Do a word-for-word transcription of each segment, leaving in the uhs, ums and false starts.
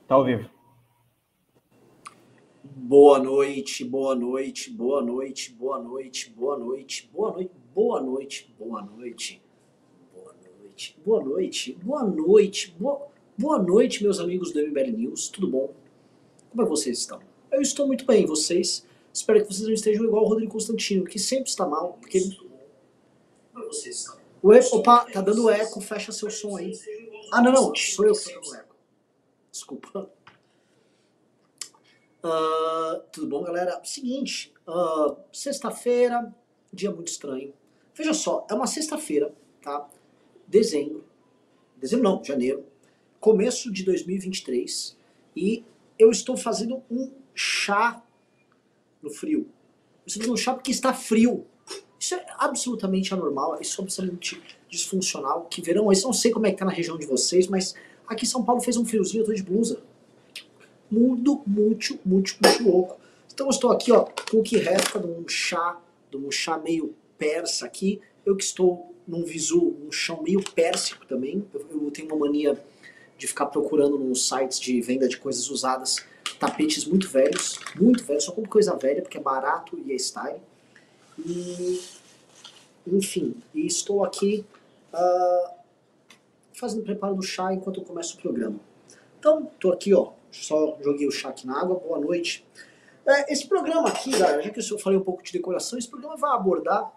Tá ao vivo. Boa noite, boa noite, boa noite, boa noite, boa noite, boa noite, boa noite, boa noite, boa noite, boa noite, boa noite, boa, boa noite, meus amigos do M B L News, tudo bom? Como é que vocês estão? Eu estou muito bem, vocês? Espero que vocês não estejam igual o Rodrigo Constantino, que sempre está mal, porque ele... Como é que vocês estão? O eco, opa, tá dando eco, fecha seu som aí. Ah, não, não, sou eu que tô dando eco. Desculpa. Uh, tudo bom, galera? Seguinte, uh, sexta-feira, dia muito estranho. Veja só, é uma sexta-feira, tá? Dezembro, dezembro não, janeiro, começo de dois mil e vinte e três, e eu estou fazendo um chá no frio. Eu estou fazendo um chá porque está frio. Isso é absolutamente anormal, isso é absolutamente disfuncional. Que verão, eu não sei como é que tá na região de vocês, mas aqui em São Paulo fez um friozinho, eu tô de blusa. Muito, muito, muito, muito louco. Então eu estou aqui, ó, com o que resta de um chá, de um chá meio persa aqui. Eu que estou num visu, um chão meio pérsico também. Eu, eu tenho uma mania de ficar procurando nos sites de venda de coisas usadas, tapetes muito velhos, muito velhos, só compro coisa velha porque é barato e é style. E, enfim, e estou aqui uh, fazendo preparo do chá enquanto eu começo o programa. Então, estou aqui, ó, só joguei o chá aqui na água, boa noite. É, esse programa aqui, galera, já que eu falei um pouco de decoração, esse programa vai abordar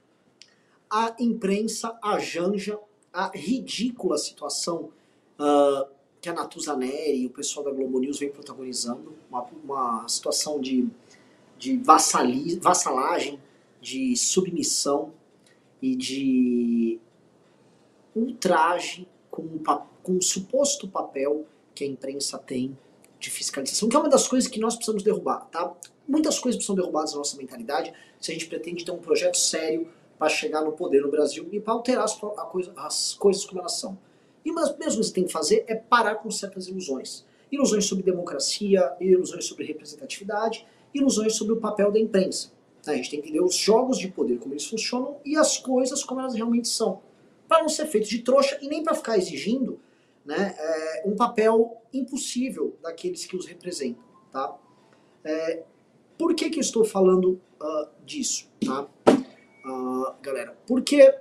a imprensa, a janja, a ridícula situação uh, que a Natuza Neri e o pessoal da Globo News vem protagonizando, uma, uma situação de, de vassali, vassalagem, de submissão e de ultraje com um, com um suposto papel que a imprensa tem de fiscalização, que é uma das coisas que nós precisamos derrubar, tá? Muitas coisas precisam derrubadas na nossa mentalidade se a gente pretende ter um projeto sério para chegar no poder no Brasil e para alterar as, a coisa, as coisas como elas são. E uma das primeiras coisas que tem que fazer é parar com certas ilusões. Ilusões sobre democracia, ilusões sobre representatividade, ilusões sobre o papel da imprensa. A gente tem que entender os jogos de poder, como eles funcionam, e as coisas como elas realmente são. Para não ser feito de trouxa e nem para ficar exigindo, né, é, um papel impossível daqueles que os representam. Tá? É, por que, que eu estou falando uh, disso? Tá? Uh, galera, porque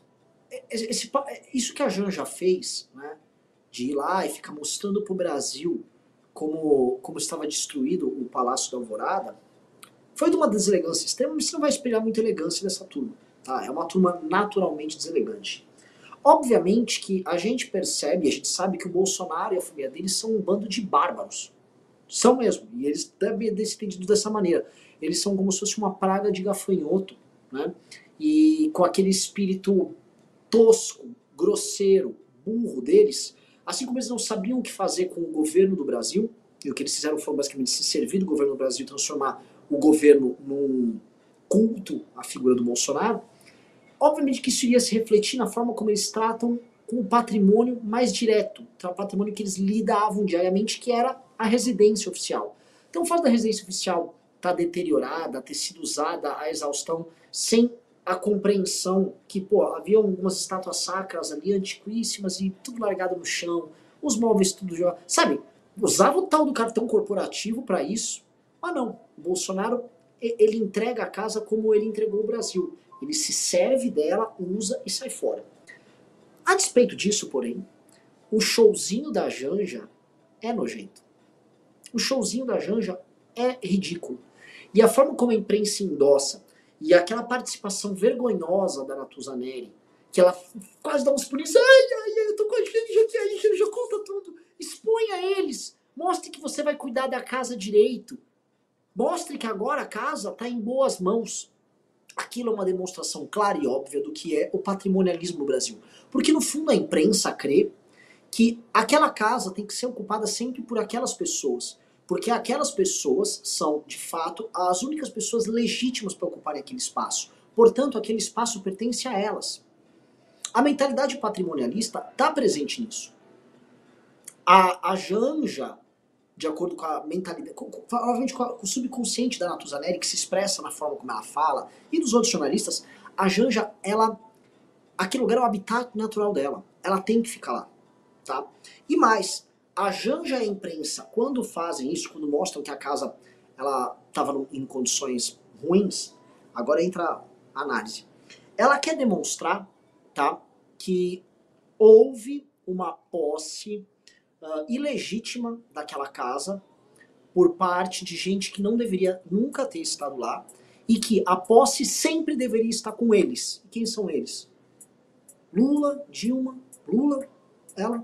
esse, isso que a Janja fez, né, de ir lá e ficar mostrando para o Brasil como, como estava destruído o Palácio da Alvorada, foi de uma deselegância extrema, mas você não vai espelhar muita elegância dessa turma. Tá? É uma turma naturalmente deselegante. Obviamente que a gente percebe, a gente sabe que o Bolsonaro e a família dele são um bando de bárbaros. São mesmo, e eles devem ter se entendido dessa maneira. Eles são como se fosse uma praga de gafanhoto, né? E com aquele espírito tosco, grosseiro, burro deles, assim como eles não sabiam o que fazer com o governo do Brasil, e o que eles fizeram foi basicamente se servir do governo do Brasil e transformar o governo num culto à figura do Bolsonaro. Obviamente que isso iria se refletir na forma como eles tratam com o patrimônio mais direto, o patrimônio que eles lidavam diariamente, que era a residência oficial. Então o fato da residência oficial estar deteriorada, ter sido usada à exaustão, sem a compreensão que, pô, havia algumas estátuas sacras ali, antiquíssimas, e tudo largado no chão, os móveis tudo... Sabe, usava o tal do cartão corporativo para isso, mas não, o Bolsonaro, ele entrega a casa como ele entregou o Brasil. Ele se serve dela, usa e sai fora. A despeito disso, porém, o showzinho da Janja é nojento. O showzinho da Janja é ridículo. E a forma como a imprensa endossa, e aquela participação vergonhosa da Natuza Neri, que ela quase dá uns pulinhos, ai, ai, ai, eu tô com a Janja aqui, a Janja conta tudo. Exponha eles. Mostre que você vai cuidar da casa direito. Mostre que agora a casa está em boas mãos. Aquilo é uma demonstração clara e óbvia do que é o patrimonialismo no Brasil. Porque no fundo a imprensa crê que aquela casa tem que ser ocupada sempre por aquelas pessoas. Porque aquelas pessoas são, de fato, as únicas pessoas legítimas para ocuparem aquele espaço. Portanto, aquele espaço pertence a elas. A mentalidade patrimonialista está presente nisso. A, a Janja, de acordo com a mentalidade, com, com, provavelmente com, a, com o subconsciente da Natuza Neri, que se expressa na forma como ela fala, e dos outros jornalistas, a Janja, ela, aquele lugar é o habitat natural dela. Ela tem que ficar lá. Tá? E mais, a Janja e a imprensa, quando fazem isso, quando mostram que a casa ela estava em condições ruins, agora entra a análise. Ela quer demonstrar, tá, que houve uma posse uh, ilegítima daquela casa por parte de gente que não deveria nunca ter estado lá e que a posse sempre deveria estar com eles. E quem são eles? Lula, Dilma, Lula, ela.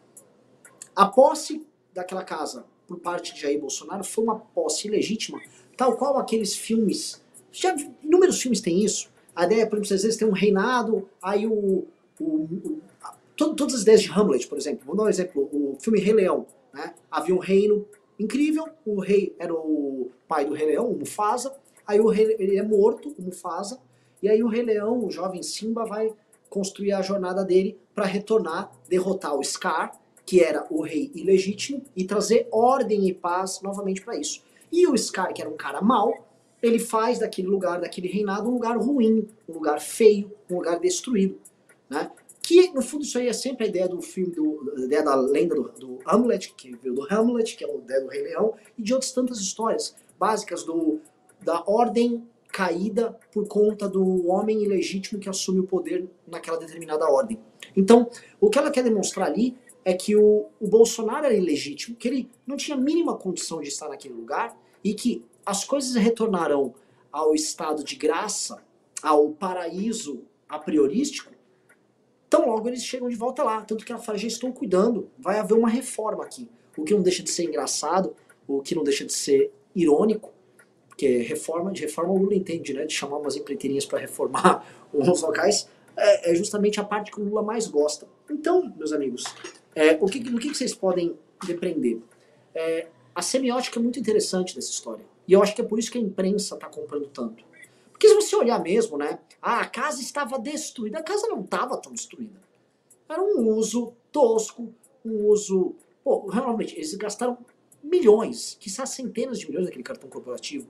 A posse daquela casa por parte de Jair Bolsonaro foi uma posse ilegítima, tal qual aqueles filmes. Já inúmeros filmes têm isso. A ideia, por exemplo, às vezes tem um reinado, aí o. o, o a, todo, todas as ideias de Hamlet, por exemplo. Vamos dar um exemplo: o filme Rei Leão. Né? Havia um reino incrível, o rei era o pai do Rei Leão, o Mufasa. Aí o rei ele é morto, o Mufasa. E aí o Rei Leão, o jovem Simba, vai construir a jornada dele para retornar, derrotar o Scar, que era o rei ilegítimo, e trazer ordem e paz novamente para isso. E o Scar, que era um cara mau, ele faz daquele lugar, daquele reinado, um lugar ruim, um lugar feio, um lugar destruído. Né? Que, no fundo, isso aí é sempre a ideia do filme, do, a ideia da lenda do, do Hamlet, que veio do Hamlet, que é a ideia do Rei Leão, e de outras tantas histórias básicas do, da ordem caída por conta do homem ilegítimo que assume o poder naquela determinada ordem. Então, o que ela quer demonstrar ali é que o, o Bolsonaro era ilegítimo, que ele não tinha a mínima condição de estar naquele lugar e que as coisas retornarão ao estado de graça, ao paraíso a priorístico, tão logo eles chegam de volta lá. Tanto que ela fala, já estou cuidando, vai haver uma reforma aqui. O que não deixa de ser engraçado, o que não deixa de ser irônico, porque reforma, de reforma o Lula entende, né, de chamar umas empreiteirinhas para reformar os locais, é, é justamente a parte que o Lula mais gosta. Então, meus amigos, é, o que, do que vocês podem depreender? É, a semiótica é muito interessante dessa história. E eu acho que é por isso que a imprensa está comprando tanto. Porque se você olhar mesmo, né, ah, a casa estava destruída. A casa não estava tão destruída. Era um uso tosco, um uso... Pô, realmente, eles gastaram milhões, quizás centenas de milhões naquele cartão corporativo.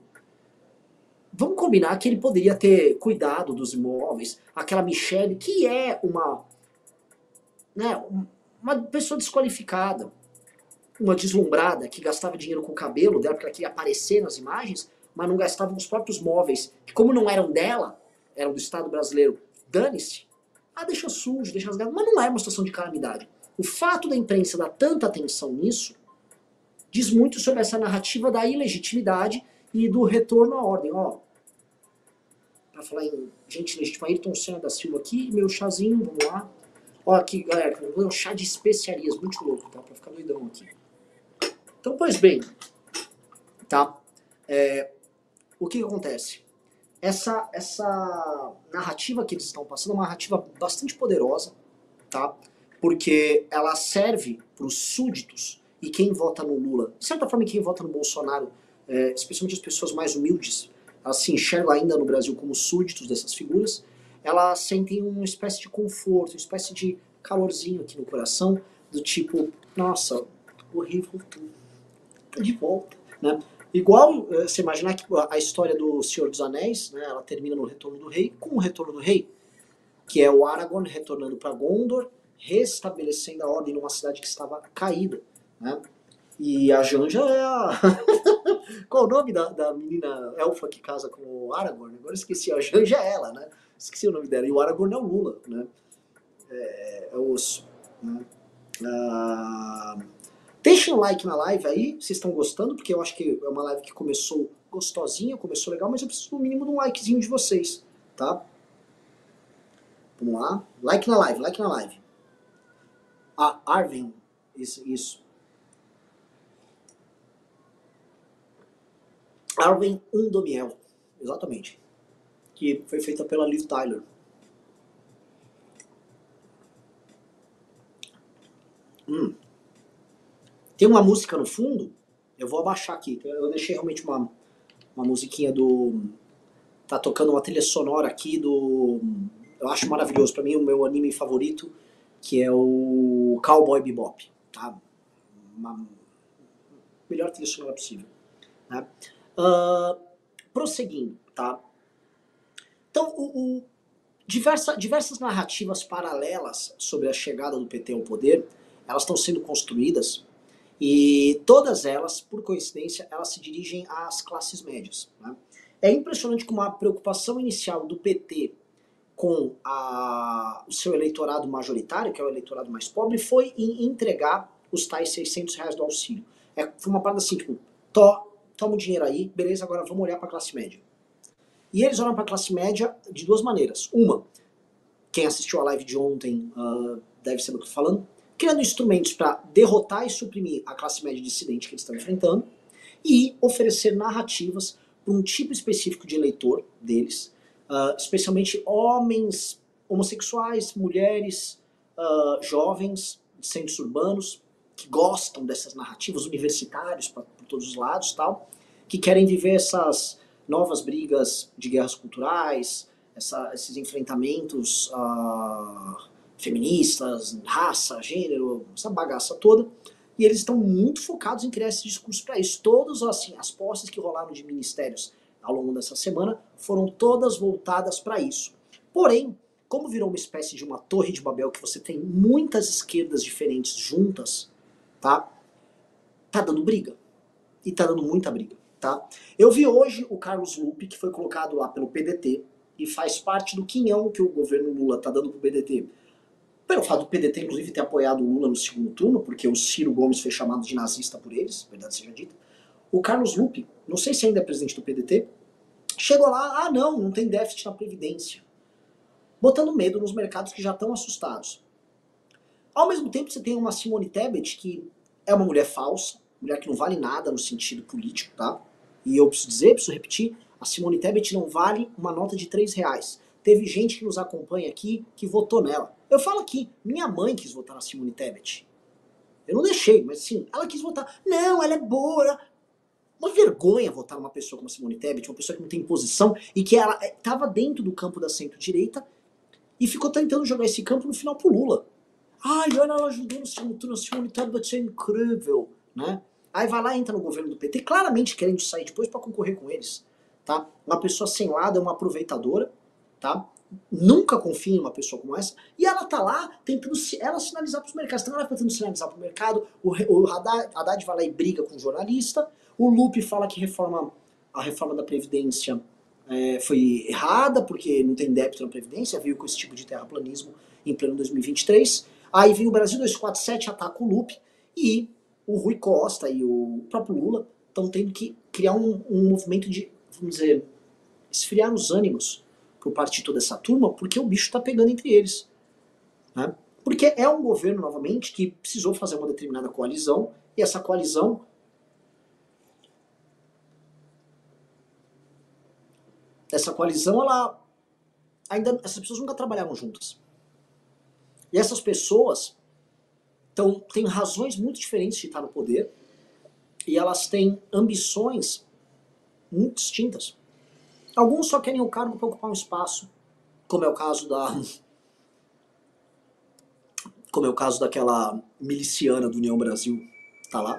Vamos combinar que ele poderia ter cuidado dos imóveis. Aquela Michelle, que é uma, né, uma pessoa desqualificada, uma deslumbrada, que gastava dinheiro com o cabelo dela, porque ela queria aparecer nas imagens, mas não gastava com os próprios móveis, que como não eram dela, eram do Estado brasileiro, dane-se. Ah, deixa sujo, deixa rasgado. Mas não é uma situação de calamidade. O fato da imprensa dar tanta atenção nisso diz muito sobre essa narrativa da ilegitimidade e do retorno à ordem. Ó, pra falar em gente legítima, Ayrton Senna da Silva aqui, meu chazinho, vamos lá. Ó, aqui, galera, um chá de especiarias, muito louco, tá? Pra ficar doidão aqui. Então, pois bem, tá? É, o que, que acontece? Essa, essa narrativa que eles estão passando é uma narrativa bastante poderosa, tá? Porque ela serve para os súditos e quem vota no Lula. De certa forma, quem vota no Bolsonaro, é, especialmente as pessoas mais humildes, elas se enxergam ainda no Brasil como súditos dessas figuras, elas sentem uma espécie de conforto, uma espécie de calorzinho aqui no coração, do tipo, nossa, o rei voltou, tá de volta, né? Igual você imaginar que a história do Senhor dos Anéis, né, ela termina no Retorno do Rei, com o Retorno do Rei, que é o Aragorn retornando para Gondor, restabelecendo a ordem numa cidade que estava caída, né? E a Janja é a... Qual o nome da, da menina elfa que casa com o Aragorn? Agora esqueci, a Janja é ela, né? Esqueci o nome dela. E o Aragorn é o Lula, né? É, é o osso, né? Ah, deixem um like na live aí, vocês estão gostando, porque eu acho que é uma live que começou gostosinha, começou legal, mas eu preciso no mínimo de um likezinho de vocês, tá? Vamos lá. Like na live, like na live. Ah, Arvin, isso, isso. Arvin Undomiel, exatamente. Que foi feita pela Liv Tyler. Hum. Tem uma música no fundo, eu vou abaixar aqui. Eu deixei realmente uma, uma musiquinha do... Tá tocando uma trilha sonora aqui do... Eu acho maravilhoso, pra mim, o meu anime favorito, que é o Cowboy Bebop, tá? Uma melhor trilha sonora possível, né? Uh, prosseguindo, tá? Então, o, o, diversa, diversas narrativas paralelas sobre a chegada do P T ao poder, elas estão sendo construídas, E todas elas, por coincidência, elas se dirigem às classes médias. Né? É impressionante como a preocupação inicial do P T com a, o seu eleitorado majoritário, que é o eleitorado mais pobre, foi em entregar os tais seiscentos reais do auxílio. É, foi uma parada assim, tipo, to, toma o dinheiro aí, beleza, agora vamos olhar para a classe média. E eles olham para a classe média de duas maneiras. Uma, quem assistiu a live de ontem uh, deve saber o que eu tô falando, criando instrumentos para derrotar e suprimir a classe média dissidente que eles estão enfrentando e oferecer narrativas para um tipo específico de eleitor deles, uh, especialmente homens homossexuais, mulheres, uh, jovens, de centros urbanos, que gostam dessas narrativas, universitários pra, por todos os lados, tal, que querem viver essas novas brigas de guerras culturais, essa, esses enfrentamentos uh, feministas, raça, gênero, essa bagaça toda. E eles estão muito focados em criar esse discurso para isso. Todas assim, as posses que rolaram de ministérios ao longo dessa semana foram todas voltadas para isso. Porém, como virou uma espécie de uma torre de Babel, que você tem muitas esquerdas diferentes juntas, tá? Tá dando briga. E tá dando muita briga, tá? Eu vi hoje o Carlos Lupe, que foi colocado lá pelo P D T, e faz parte do quinhão que o governo Lula tá dando pro P D T. Pelo fato do P D T, inclusive, ter apoiado o Lula no segundo turno, porque o Ciro Gomes foi chamado de nazista por eles, verdade seja dita. O Carlos Lupe, não sei se ainda é presidente do P D T, chegou lá, ah não, não tem déficit na Previdência. Botando medo nos mercados que já estão assustados. Ao mesmo tempo, você tem uma Simone Tebet, que é uma mulher falsa, mulher que não vale nada no sentido político, tá? E eu preciso dizer, preciso repetir, a Simone Tebet não vale uma nota de três reais. Teve gente que nos acompanha aqui que votou nela. Eu falo aqui, minha mãe quis votar na Simone Tebet. Eu não deixei, mas sim, ela quis votar. Não, ela é boa. Uma vergonha votar numa pessoa como a Simone Tebet, uma pessoa que não tem posição e que ela estava dentro do campo da centro-direita e ficou tentando jogar esse campo no final pro Lula. Ai, olha, ela ajudou no segundo turno, a Simone Tebet é incrível, né? Aí vai lá e entra no governo do P T, claramente querendo sair depois para concorrer com eles, tá? Uma pessoa sem lado, é uma aproveitadora, tá? Nunca confie em uma pessoa como essa. E ela tá lá tentando ela sinalizar para os mercados. Então ela tentando sinalizar para o mercado. O, o Haddad, Haddad vai lá e briga com o jornalista. O Lupe fala que reforma, a reforma da Previdência é, foi errada, porque não tem débito na Previdência. Veio com esse tipo de terraplanismo em pleno dois mil e vinte e três. Aí vem o Brasil dois quatro sete, ataca o Lupe. E o Rui Costa e o próprio Lula estão tendo que criar um, um movimento de, vamos dizer, esfriar os ânimos por parte de toda essa turma, porque o bicho tá pegando entre eles. Né? Porque é um governo, novamente, que precisou fazer uma determinada coalizão, e essa coalizão essa coalizão, ela ainda, essas pessoas nunca trabalharam juntas. E essas pessoas então, têm razões muito diferentes de estar no poder, e elas têm ambições muito distintas. Alguns só querem o cargo para ocupar um espaço, como é o caso da como é o caso daquela miliciana do União Brasil, tá lá.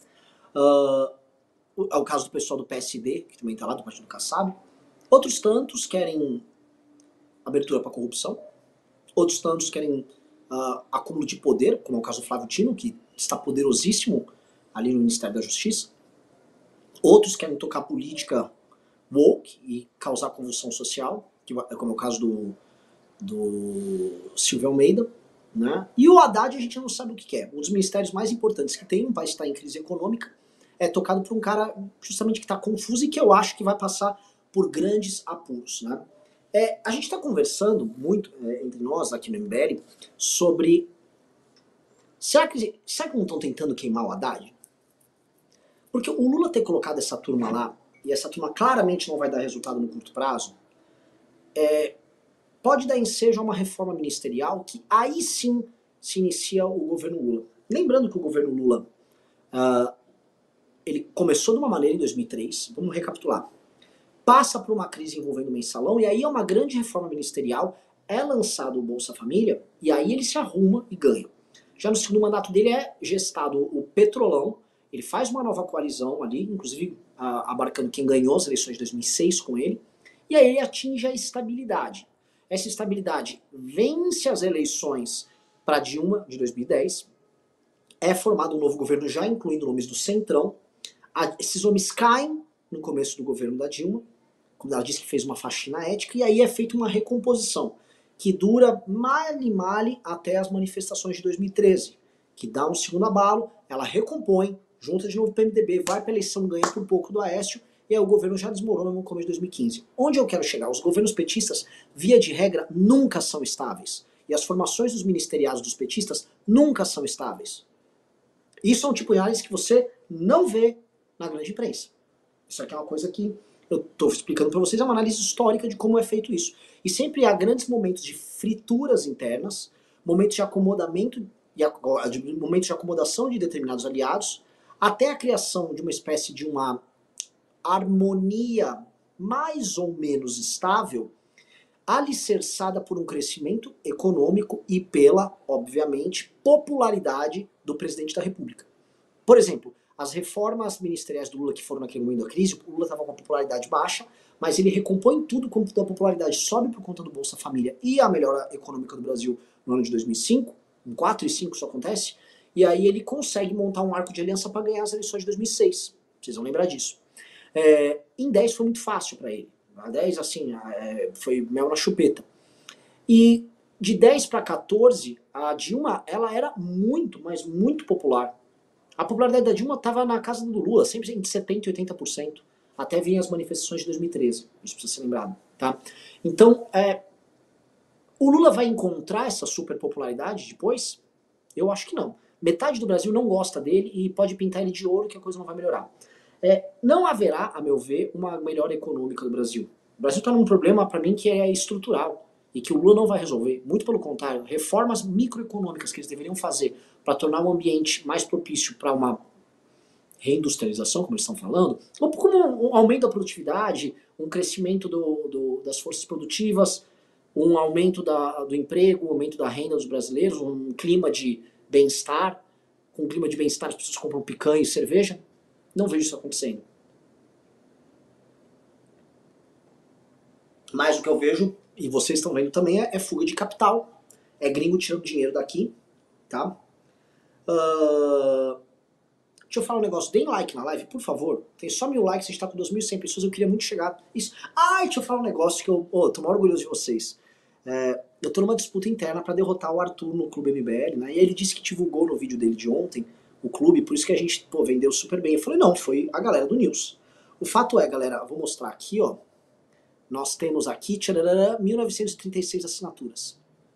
Uh, é o caso do pessoal do P S D, que também tá lá, do Partido Kassab. Outros tantos querem abertura para corrupção. Outros tantos querem uh, acúmulo de poder, como é o caso do Flávio Dino, que está poderosíssimo ali no Ministério da Justiça. Outros querem tocar política woke e causar convulsão social, que, como é o caso do, do Silvio Almeida. Né? E o Haddad a gente não sabe o que é. Um dos ministérios mais importantes que tem, um país que está em crise econômica, é tocado por um cara justamente que está confuso e que eu acho que vai passar por grandes apuros. Né? É, a gente está conversando muito é, entre nós aqui no M B L sobre será que, será que não estão tentando queimar o Haddad? Porque o Lula ter colocado essa turma lá, e essa turma claramente não vai dar resultado no curto prazo, é, pode dar ensejo a uma reforma ministerial que aí sim se inicia o governo Lula. Lembrando que o governo Lula uh, ele começou de uma maneira em dois mil e três, vamos recapitular, passa por uma crise envolvendo o mensalão, e aí é uma grande reforma ministerial, é lançado o Bolsa Família, e aí ele se arruma e ganha. Já no segundo mandato dele é gestado o Petrolão, ele faz uma nova coalizão ali, inclusive uh, abarcando quem ganhou as eleições de dois mil e seis com ele, e aí ele atinge a estabilidade. Essa estabilidade vence as eleições para Dilma de dois mil e dez é formado um novo governo já incluindo nomes do Centrão. A, esses nomes caem no começo do governo da Dilma, quando ela disse que fez uma faxina ética, e aí é feita uma recomposição, que dura male male até as manifestações de dois mil e treze, que dá um segundo abalo, ela recompõe, junta de novo o P M D B, vai para a eleição, ganha por pouco do Aécio, e aí o governo já desmorona no começo de dois mil e quinze. Onde eu quero chegar? Os governos petistas, via de regra, nunca são estáveis. E as formações dos ministeriados dos petistas nunca são estáveis. Isso é um tipo de análise que você não vê na grande imprensa. Isso aqui é uma coisa que eu estou explicando para vocês, é uma análise histórica de como é feito isso. E sempre há grandes momentos de frituras internas, momentos de acomodamento, de momentos de acomodação de determinados aliados, até a criação de uma espécie de uma harmonia mais ou menos estável, alicerçada por um crescimento econômico e pela, obviamente, popularidade do presidente da República. Por exemplo, as reformas ministeriais do Lula que foram naquele momento da crise, o Lula estava com a popularidade baixa, mas ele recompõe tudo quando a popularidade sobe por conta do Bolsa Família e a melhora econômica do Brasil no ano de dois mil e cinco, em quatro e cinco isso acontece, e aí ele consegue montar um arco de aliança para ganhar as eleições de dois mil e seis. Vocês vão lembrar disso. É, em dez foi muito fácil para ele. A dez, assim, é, foi mel na chupeta. E de dez para quatorze, a Dilma, ela era muito, mas muito popular. A popularidade da Dilma estava na casa do Lula, sempre entre setenta por cento e oitenta por cento. Até vinha as manifestações de dois mil e treze. Isso precisa ser lembrado. Tá? Então, é, o Lula vai encontrar essa super popularidade depois? Eu acho que não. Metade do Brasil não gosta dele e pode pintar ele de ouro que a coisa não vai melhorar. É, não haverá, a meu ver, uma melhora econômica do Brasil. O Brasil está num problema, para mim, que é estrutural e que o Lula não vai resolver. Muito pelo contrário, reformas microeconômicas que eles deveriam fazer para tornar o ambiente mais propício para uma reindustrialização, como eles estão falando, ou como um aumento da produtividade, um crescimento do, do, das forças produtivas, um aumento da, do emprego, um aumento da renda dos brasileiros, um clima de bem-estar. Com um clima de bem-estar as pessoas compram picanha e cerveja. Não vejo isso acontecendo. Mas o que eu vejo, e vocês estão vendo também, é, é fuga de capital. É gringo tirando dinheiro daqui, tá? Uh, deixa eu falar um negócio. Deem like na live, por favor. Tem só mil likes, a gente tá com duas mil e cem pessoas, eu queria muito chegar. Isso. Ai, deixa eu falar um negócio que eu oh, tô muito orgulhoso de vocês. É, eu tô numa disputa interna pra derrotar o Arthur no Clube M B L, né? E ele disse que divulgou no vídeo dele de ontem o clube, por isso que a gente, pô, vendeu super bem. Eu falei, não, foi a galera do News. O fato é, galera, vou mostrar aqui, ó. Nós temos aqui, tcharará, mil novecentas e trinta e seis assinaturas.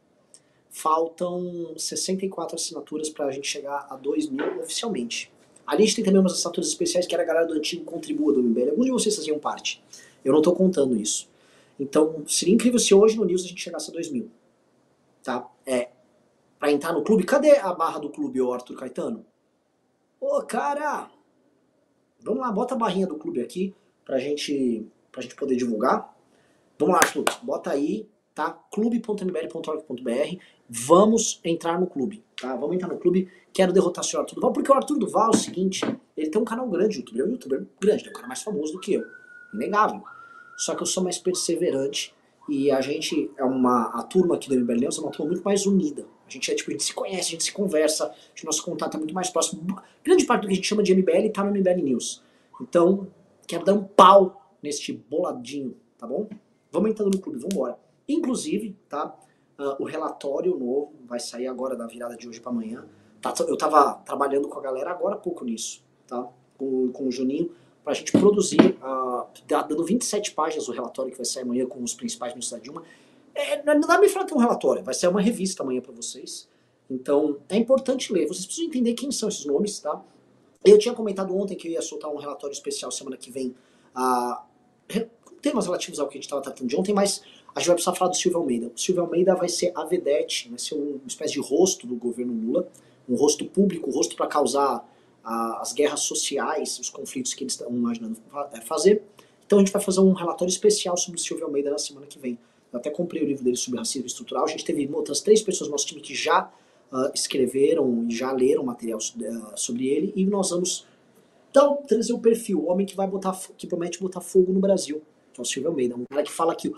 Faltam sessenta e quatro assinaturas pra gente chegar a dois mil oficialmente. Ali a gente tem também umas assinaturas especiais, que era a galera do antigo Contribua do M B L. Alguns de vocês faziam parte. Eu não tô contando isso. Então, seria incrível se hoje no News a gente chegasse a dois mil. Tá? É, pra entrar no clube, cadê a barra do clube, ô Arthur Caetano? Ô, cara! Vamos lá, bota a barrinha do clube aqui pra gente, pra gente poder divulgar. Vamos lá, Arthur, bota aí, tá? clube ponto m b l ponto org ponto b r. Vamos entrar no clube, tá? Vamos entrar no clube. Quero derrotar o senhor Arthur Duval, porque o Arthur Duval é o seguinte, ele tem um canal grande, YouTube, ele é um youtuber grande, ele é um cara mais famoso do que eu, inegável. Só que eu sou mais perseverante e a gente é uma, a turma aqui do M B L News é uma turma muito mais unida. A gente é tipo, a gente se conhece, a gente se conversa, o nosso contato é muito mais próximo. Grande parte do que a gente chama de M B L tá no M B L News. Então, quero dar um pau neste boladinho, tá bom? Vamos entrando no clube, vamos embora. Inclusive, tá? Uh, o relatório novo vai sair agora da virada de hoje para amanhã. Tá, eu tava trabalhando com a galera agora há pouco nisso, tá? Com, com o Juninho, pra gente produzir, uh, dando vinte e sete páginas o relatório que vai sair amanhã com os principais ministros da Dilma. É, não dá pra me falar que é um relatório, vai ser uma revista amanhã pra vocês. Então, é importante ler. Vocês precisam entender quem são esses nomes, tá? Eu tinha comentado ontem que eu ia soltar um relatório especial semana que vem, uh, com temas relativos ao que a gente estava tratando de ontem, mas a gente vai precisar falar do Silvio Almeida. O Silvio Almeida vai ser a vedete, vai ser uma espécie de rosto do governo Lula, um rosto público, um rosto para causar uh, as guerras sociais, os conflitos que eles estão imaginando fazer. Então a gente vai fazer um relatório especial sobre o Silvio Almeida na semana que vem. Eu até comprei o livro dele sobre racismo estrutural. A gente teve outras três pessoas no nosso time que já uh, escreveram e já leram material uh, sobre ele, e nós vamos então, trazer o perfil, o homem que vai botar, que promete botar fogo no Brasil, que é o Silvio Almeida, um cara que fala que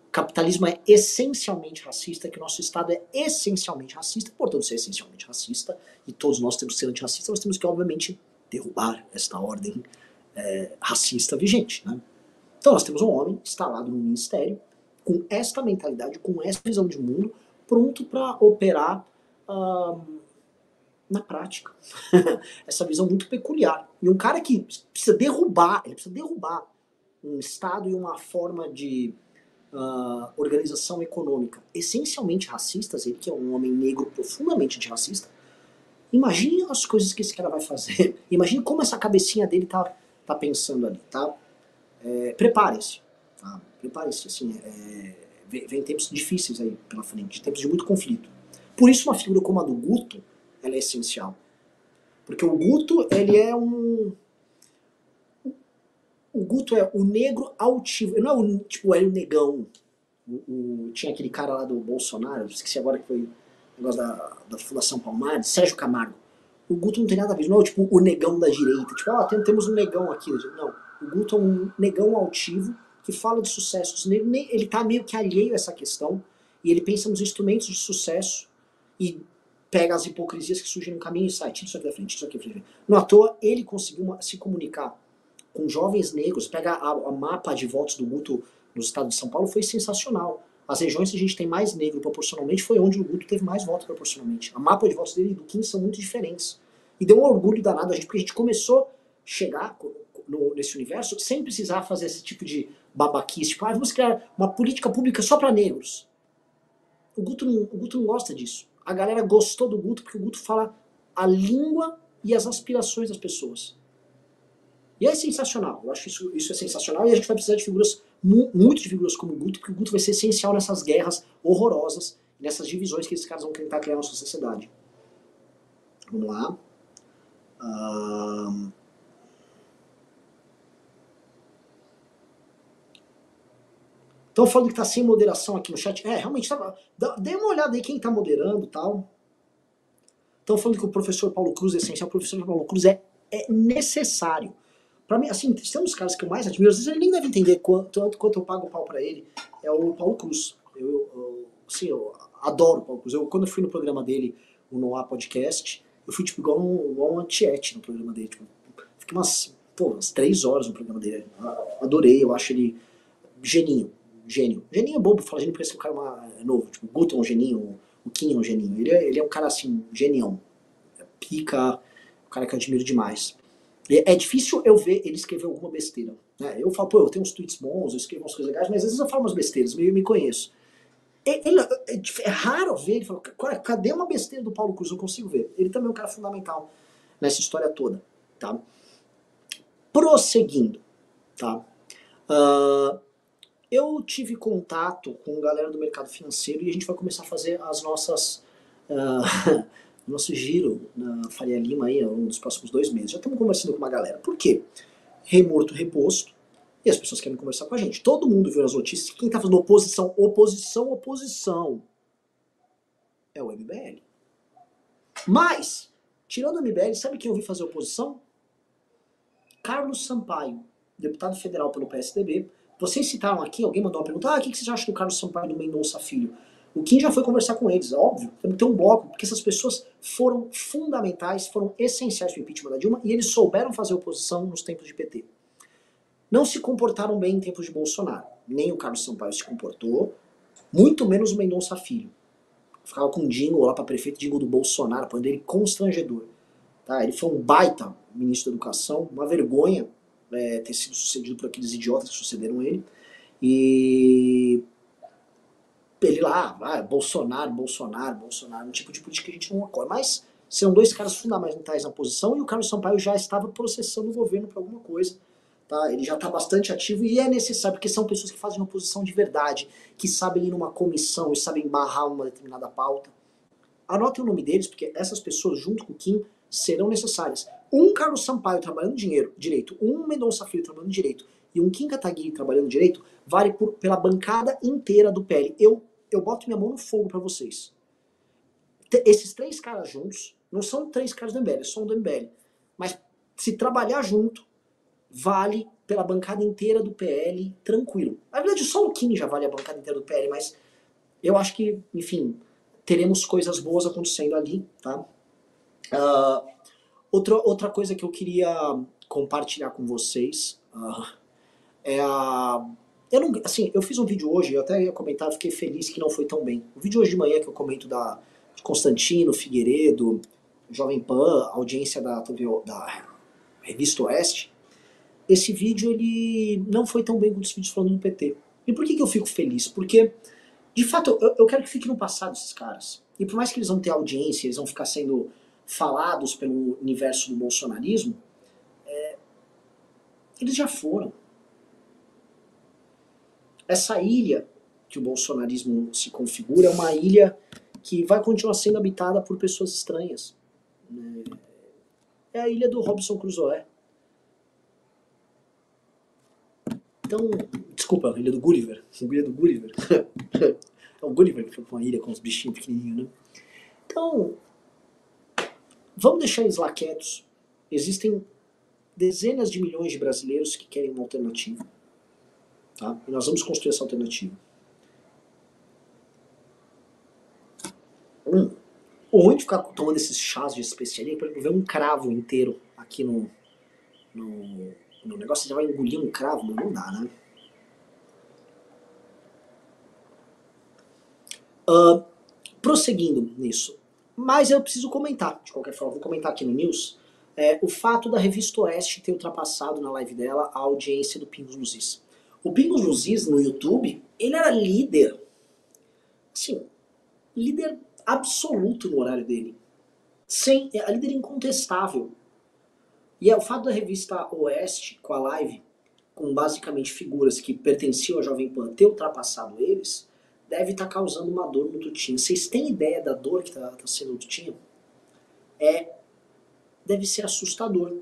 capitalismo é essencialmente racista, que o nosso Estado é essencialmente racista, portanto, se é essencialmente racista, e todos nós temos que ser antirracistas, nós temos que, obviamente, derrubar esta ordem é, racista vigente. Né? Então, nós temos um homem instalado no ministério, com esta mentalidade, com essa visão de mundo, pronto para operar uh, na prática. Essa visão muito peculiar. E um cara que precisa derrubar, ele precisa derrubar um Estado e uma forma de Uh, organização econômica essencialmente racistas, ele que é um homem negro profundamente antirracista, imagine as coisas que esse cara vai fazer, imagine como essa cabecinha dele tá, tá pensando ali, tá? É, prepare-se, tá? Prepare-se, assim, é, vem, vem tempos difíceis aí pela frente, tempos de muito conflito. Por isso uma figura como a do Guto, ela é essencial. Porque o Guto, ele é um... O Guto é o negro altivo. Ele não é o, tipo, é o negão. O, o, tinha aquele cara lá do Bolsonaro, esqueci agora que foi o negócio da, da Fundação Palmares, Sérgio Camargo. O Guto não tem nada a ver, não é tipo o negão da direita. Tipo, ah, tem, temos um negão aqui. Não, o Guto é um negão altivo que fala de sucessos. Ele, ele tá meio que alheio a essa questão e ele pensa nos instrumentos de sucesso e pega as hipocrisias que surgem no caminho e sai, tira isso aqui da frente, tira isso aqui da frente. Não à toa, ele conseguiu se comunicar com jovens negros, pega a, a mapa de votos do Guto no estado de São Paulo, foi sensacional. As regiões que a gente tem mais negro proporcionalmente foi onde o Guto teve mais votos proporcionalmente. A mapa de votos dele e do Kim são muito diferentes. E deu um orgulho danado a gente, porque a gente começou a chegar no, nesse universo sem precisar fazer esse tipo de babaquice, tipo, ah, vamos criar uma política pública só para negros. O Guto, não, o Guto não gosta disso. A galera gostou do Guto porque o Guto fala a língua e as aspirações das pessoas. E é sensacional, eu acho isso, isso é sensacional, e a gente vai precisar de figuras, muito de figuras como o Guto, porque o Guto vai ser essencial nessas guerras horrorosas, nessas divisões que esses caras vão tentar criar na nossa sociedade. Vamos lá. Um... Estão falando que tá sem moderação aqui no chat. É, realmente, tá, dê uma olhada aí quem tá moderando e tal. Estão falando que o professor Paulo Cruz é essencial, o professor Paulo Cruz é, é necessário. Pra mim, assim, tem uns caras que eu mais admiro, às vezes ele nem deve entender quanto, quanto eu pago o pau pra ele, é o Paulo Cruz. Eu, eu, assim, eu adoro o Paulo Cruz. Eu, quando eu fui no programa dele, o Noah Podcast, eu fui tipo igual um, igual um antiete no programa dele. Tipo, fiquei umas, pô, umas três horas no programa dele. Adorei, eu acho ele geninho, gênio. Geninho é bobo, falar gênio parece que o cara é, uma, é novo. Tipo, o Guto é um geninho, o Kim é um geninho. Ele é, ele é um cara, assim, genião. Pica, um cara que eu admiro demais. É difícil eu ver ele escrever alguma besteira. Né? Eu falo, pô, eu tenho uns tweets bons, eu escrevo umas coisas legais, mas às vezes eu falo umas besteiras, eu me conheço. Ele, é, é raro ver, ele fala, cadê uma besteira do Paulo Cruz? Eu não consigo ver. Ele também é um cara fundamental nessa história toda. Tá? Prosseguindo. Tá? Uh, eu tive contato com galera do mercado financeiro e a gente vai começar a fazer as nossas... Uh, nosso giro na Faria Lima aí, nos próximos dois meses. Já estamos conversando com uma galera. Por quê? Rei morto, reposto, e as pessoas querem conversar com a gente. Todo mundo viu as notícias. Quem está fazendo oposição, oposição, oposição é o M B L. Mas, tirando o M B L, sabe quem eu vi fazer oposição? Carlos Sampaio, deputado federal pelo P S D B. Vocês citaram aqui, alguém mandou uma pergunta, ah, o que vocês acham do Carlos Sampaio do Mendonça Filho? O Kim já foi conversar com eles, óbvio, tem que ter um bloco, porque essas pessoas foram fundamentais, foram essenciais para o impeachment da Dilma, e eles souberam fazer oposição nos tempos de P T. Não se comportaram bem em tempos de Bolsonaro. Nem o Carlos Sampaio se comportou, muito menos o Mendonça Filho. Ficava com um jingle lá para prefeito, jingle do Bolsonaro, põe dele constrangedor. Tá? Ele foi um baita ministro da Educação, uma vergonha é, ter sido sucedido por aqueles idiotas que sucederam ele. E... ele lá, ah, Bolsonaro, Bolsonaro, Bolsonaro, um tipo de política que a gente não acolhe. Mas são dois caras fundamentais na posição e o Carlos Sampaio já estava processando o governo por alguma coisa. Tá? Ele já está bastante ativo e é necessário, porque são pessoas que fazem oposição de verdade, que sabem ir numa comissão e sabem barrar uma determinada pauta. Anotem o nome deles, porque essas pessoas, junto com o Kim, serão necessárias. Um Carlos Sampaio trabalhando dinheiro, direito, um Mendonça Filho trabalhando direito e um Kim Kataguiri trabalhando direito, vale por, pela bancada inteira do P L. Eu Eu boto minha mão no fogo pra vocês. Esses três caras juntos, não são três caras do M B L, são do M B L. Mas se trabalhar junto, vale pela bancada inteira do P L, tranquilo. Na verdade, só o Kim já vale a bancada inteira do P L, mas eu acho que, enfim, teremos coisas boas acontecendo ali, tá? Uh, outra, outra coisa que eu queria compartilhar com vocês uh, é a... Eu, não, assim, eu fiz um vídeo hoje, eu até ia comentar, fiquei feliz que não foi tão bem. O vídeo hoje de manhã que eu comento da de Constantino, Figueiredo, Jovem Pan, audiência da, da Revista Oeste, esse vídeo ele não foi tão bem quanto os vídeos falando do P T. E por que, que eu fico feliz? Porque, de fato, eu, eu quero que fique no passado esses caras. E por mais que eles vão ter audiência, eles vão ficar sendo falados pelo universo do bolsonarismo, é, eles já foram. Essa ilha que o bolsonarismo se configura é uma ilha que vai continuar sendo habitada por pessoas estranhas. É a ilha do Robinson Crusoe. Então, desculpa, a ilha do Gulliver. A ilha do Gulliver. É o Gulliver que foi pra uma ilha com os bichinhos pequenininhos, né? Então, vamos deixar eles lá quietos. Existem dezenas de milhões de brasileiros que querem uma alternativa. Tá? E nós vamos construir essa alternativa. Hum. O ruim de ficar tomando esses chás de especiaria, por exemplo, ver um cravo inteiro aqui no, no, no negócio, você já vai engolir um cravo, mas não dá, né? Uh, prosseguindo nisso, mas eu preciso comentar, de qualquer forma, vou comentar aqui no News, é, o fato da Revista Oeste ter ultrapassado na live dela a audiência do Pingos nos Is. O Pingos nos Is no YouTube, ele era líder, assim, líder absoluto no horário dele. Sem, a líder incontestável. E é o fato da Revista Oeste, com a live, com basicamente figuras que pertenciam à Jovem Pan, ter ultrapassado eles, deve estar tá causando uma dor no Tutinha. Vocês têm ideia da dor que está tá sendo no Tutinha? É, deve ser assustador.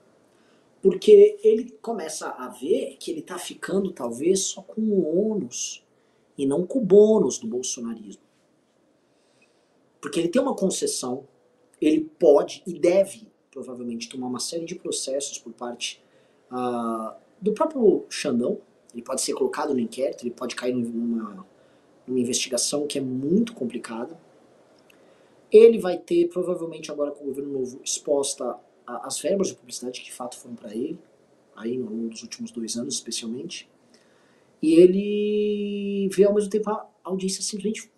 Porque ele começa a ver que ele está ficando talvez só com o ônus e não com o bônus do bolsonarismo. Porque ele tem uma concessão, ele pode e deve provavelmente tomar uma série de processos por parte uh, do próprio Xandão. Ele pode ser colocado no inquérito, ele pode cair numa, numa investigação que é muito complicada. Ele vai ter, provavelmente agora com o governo novo, exposta a, as verbas de publicidade que de fato foram para ele, aí no longo dos últimos dois anos especialmente. E ele vê ao mesmo tempo a audiência simplesmente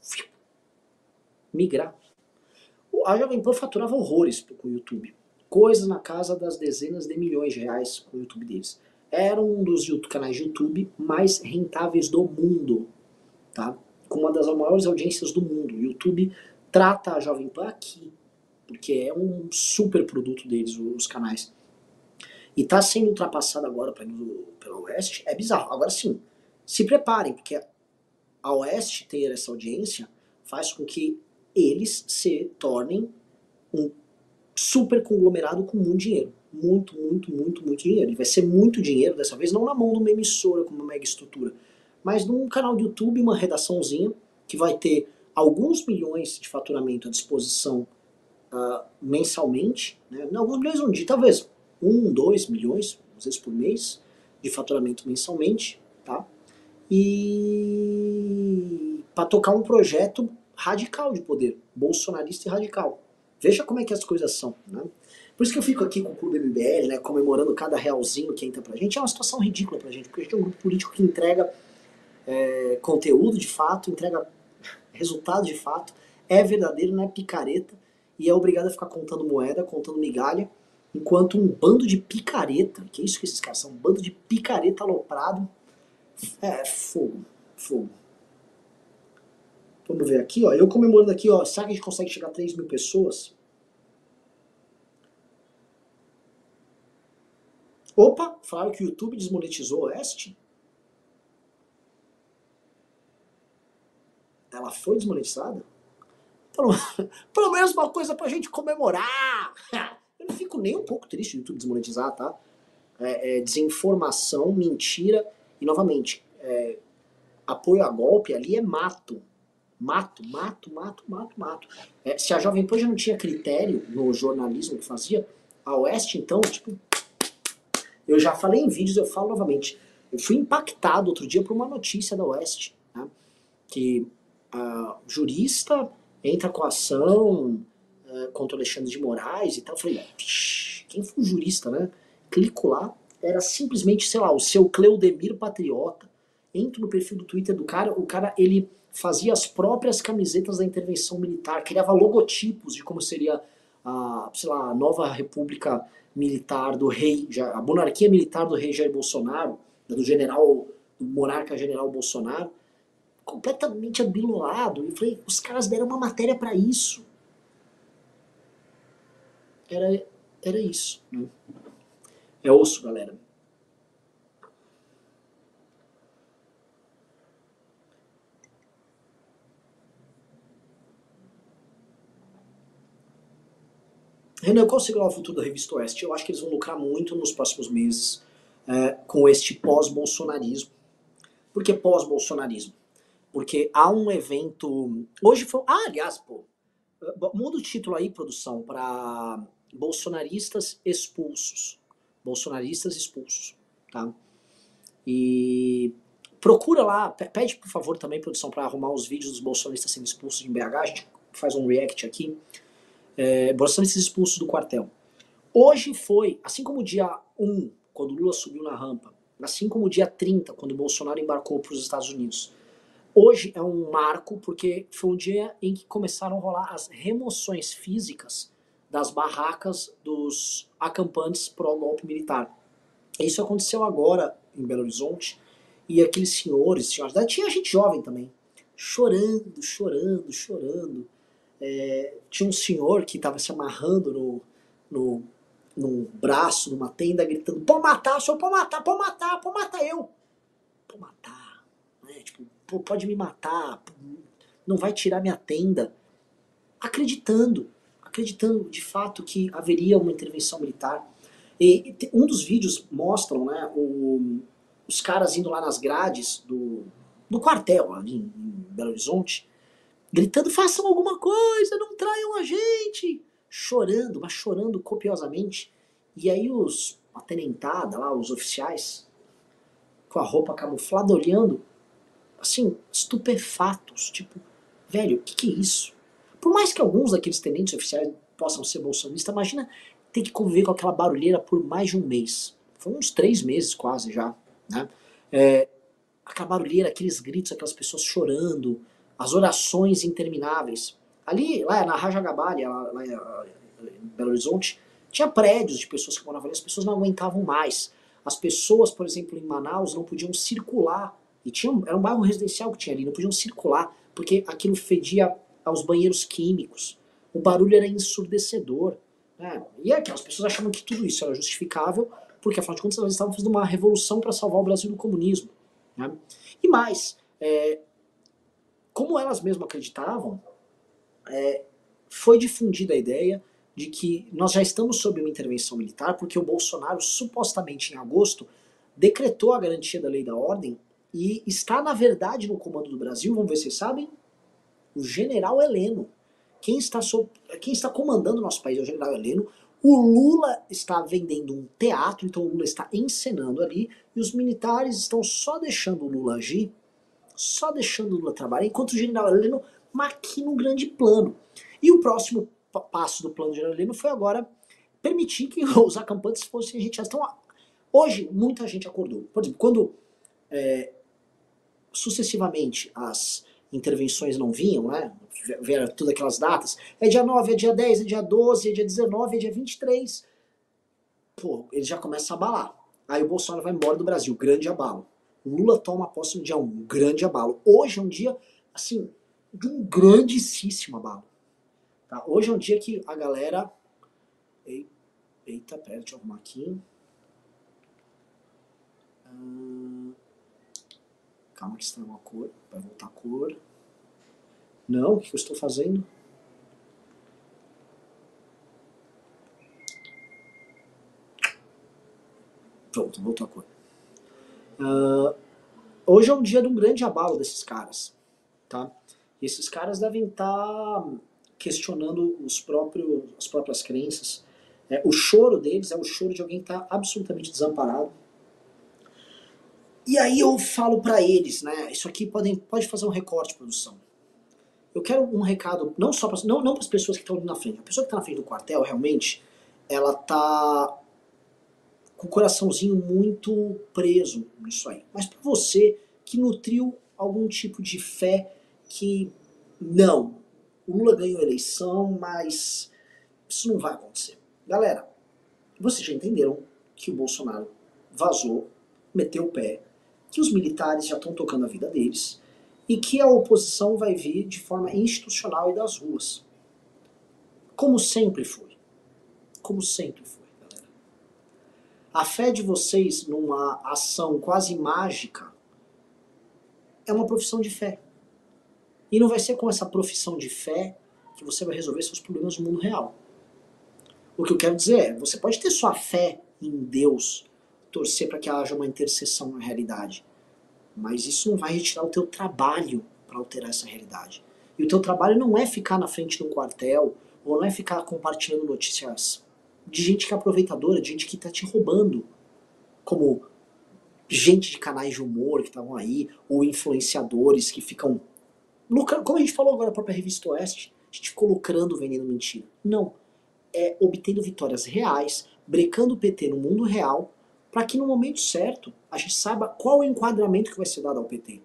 migrar. A Jovem Pan faturava horrores com o YouTube. Coisas na casa das dezenas de milhões de reais com o YouTube deles. Era um dos YouTube, canais de YouTube mais rentáveis do mundo. Tá? Com uma das maiores audiências do mundo. O YouTube trata a Jovem Pan aqui. Porque é um super produto deles, os canais. E tá sendo ultrapassado agora pela Oeste. É bizarro. Agora sim, se preparem, porque a Oeste ter essa audiência faz com que eles se tornem um super conglomerado com muito dinheiro. Muito, muito, muito, muito dinheiro. E vai ser muito dinheiro, dessa vez, não na mão de uma emissora com uma mega estrutura, mas num canal de YouTube, uma redaçãozinha, que vai ter alguns milhões de faturamento à disposição uh, mensalmente, né? Não, alguns milhões um dia, talvez um, dois milhões, às vezes por mês, de faturamento mensalmente, tá? E para tocar um projeto radical de poder, bolsonarista e radical. Veja como é que as coisas são, né? Por isso que eu fico aqui com o Clube M B L, né, comemorando cada realzinho que entra pra gente. É uma situação ridícula pra gente, porque a gente é um grupo político que entrega é, conteúdo de fato, entrega resultado de fato, é verdadeiro, não é picareta, e é obrigado a ficar contando moeda, contando migalha, enquanto um bando de picareta, que é isso que esses caras são, um bando de picareta aloprado, é fogo, fogo. Vamos ver aqui, ó. Eu comemorando aqui, ó. Será que a gente consegue chegar a três mil pessoas? Opa, falaram que o YouTube desmonetizou o Oeste? Ela foi desmonetizada? Pelo, pelo menos uma coisa pra gente comemorar. Eu não fico nem um pouco triste do YouTube desmonetizar, tá? É, é, desinformação, mentira. E, novamente, é, apoio a golpe ali é mato. Mato, mato, mato, mato, mato. É, se a Jovem Pan já não tinha critério no jornalismo que fazia, a Oeste, então, tipo... Eu já falei em vídeos, eu falo novamente. Eu fui impactado outro dia por uma notícia da Oeste, né? Que a jurista entra com a ação uh, contra o Alexandre de Moraes e tal. Eu falei, quem foi o jurista, né? Clico lá, era simplesmente, sei lá, o seu Cleudemir Patriota. Entro no perfil do Twitter do cara, o cara, ele fazia as próprias camisetas da intervenção militar, criava logotipos de como seria a, sei lá, a nova república militar do rei, a monarquia militar do rei Jair Bolsonaro, do general, do monarca general Bolsonaro, completamente abilolado. E falei, os caras deram uma matéria para isso. Era, era isso. Né? É osso, galera. Renan, qual será o futuro da Revista Oeste? Eu acho que eles vão lucrar muito nos próximos meses é, com este pós-bolsonarismo. Por que pós-bolsonarismo? Porque há um evento... Hoje foi... Ah, aliás, pô, muda o título aí, produção, para bolsonaristas expulsos. Bolsonaristas expulsos, tá? E procura lá, pede por favor também, produção, para arrumar os vídeos dos bolsonaristas sendo expulsos em B H, a gente faz um react aqui. É, bolsonaristas expulsos do quartel. Hoje foi, assim como o dia um, quando Lula subiu na rampa, assim como o dia trinta, quando Bolsonaro embarcou para os Estados Unidos, hoje é um marco porque foi um dia em que começaram a rolar as remoções físicas das barracas dos acampantes pró-golpe militar. Isso aconteceu agora em Belo Horizonte e aqueles senhores, senhoras, tinha gente jovem também, chorando, chorando, chorando. É, tinha um senhor que estava se amarrando no, no, no braço, numa tenda, gritando, pode matar, senhor, pode matar, pode matar, pode matar eu. Pode matar, né? Tipo, pô, pode me matar, não vai tirar minha tenda. Acreditando, acreditando de fato que haveria uma intervenção militar. E um dos vídeos mostram, né, o, os caras indo lá nas grades do, do quartel, ali em, em Belo Horizonte, gritando, façam alguma coisa, não traiam a gente, chorando, mas chorando copiosamente. E aí os, a tenentada lá, os oficiais, com a roupa camuflada, olhando, assim, estupefatos, tipo, velho, o que, que é isso? Por mais que alguns daqueles tenentes oficiais possam ser bolsonaristas, imagina ter que conviver com aquela barulheira por mais de um mês. Foi uns três meses quase já, né? É, aquela barulheira, aqueles gritos, aquelas pessoas chorando, as orações intermináveis. Ali, lá na Raja Gabali, lá, lá em Belo Horizonte, tinha prédios de pessoas que moravam ali, as pessoas não aguentavam mais. As pessoas, por exemplo, em Manaus, não podiam circular. E tinha, era um bairro residencial que tinha ali, não podiam circular, porque aquilo fedia aos banheiros químicos. O barulho era ensurdecedor. Né? E aquelas pessoas achavam que tudo isso era justificável, porque afinal de contas elas estavam fazendo uma revolução para salvar o Brasil do comunismo. Né? E mais, é, como elas mesmas acreditavam, é, foi difundida a ideia de que nós já estamos sob uma intervenção militar porque o Bolsonaro, supostamente em agosto, decretou a garantia da lei e da ordem e está, na verdade, no comando do Brasil, vamos ver se vocês sabem, o general Heleno. Quem está, sob, quem está comandando o nosso país é o general Heleno. O Lula está vendendo um teatro, então o Lula está encenando ali, e os militares estão só deixando o Lula agir, só deixando o Lula trabalhar, enquanto o general Heleno maquina um grande plano. E o próximo passo do plano do general Heleno foi agora permitir que os acampantes fossem retirados. Então, hoje, muita gente acordou. Por exemplo, quando é, sucessivamente as intervenções não vinham, né? Vieram todas aquelas datas. É dia nove, é dia dez, é dia doze, é dia dezenove, é dia vinte e três. Pô, ele já começa a abalar. Aí o Bolsonaro vai embora do Brasil, grande abalo. O Lula toma posse no dia um, grande abalo. Hoje é um dia, assim, de um grandíssimo abalo. Tá? Hoje é um dia que a galera... Eita, pera, deixa eu arrumar aqui. Hum... Calma que está uma cor, vai voltar a cor. Não, o que eu estou fazendo? Pronto, voltou a cor. Uh, hoje é um dia de um grande abalo desses caras, tá? E esses caras devem estar questionando os próprios, as próprias crenças. É, o choro deles é o choro de alguém que está absolutamente desamparado. E aí eu falo para eles, né? Isso aqui podem, pode fazer um recorte, produção. Eu quero um recado, não só para não, não as pessoas que estão ali na frente. A pessoa que está na frente do quartel, realmente, ela tá com o coraçãozinho muito preso nisso aí. Mas para você que nutriu algum tipo de fé que, não, o Lula ganhou a eleição, mas isso não vai acontecer. Galera, vocês já entenderam que o Bolsonaro vazou, meteu o pé, que os militares já estão tocando a vida deles e que a oposição vai vir de forma institucional e das ruas. Como sempre foi. Como sempre foi, galera. A fé de vocês numa ação quase mágica é uma profissão de fé. E não vai ser com essa profissão de fé que você vai resolver seus problemas no mundo real. O que eu quero dizer é, você pode ter sua fé em Deus, torcer para que haja uma intercessão na realidade, mas isso não vai retirar o teu trabalho para alterar essa realidade. E o teu trabalho não é ficar na frente de um quartel, ou não é ficar compartilhando notícias de gente que é aproveitadora, de gente que está te roubando, como gente de canais de humor que estavam aí, ou influenciadores que ficam lucrando, como a gente falou agora na própria Revista Oeste, a gente ficou lucrando vendendo mentira. Não. É obtendo vitórias reais, brecando o P T no mundo real, para que no momento certo a gente saiba qual é o enquadramento que vai ser dado ao P T.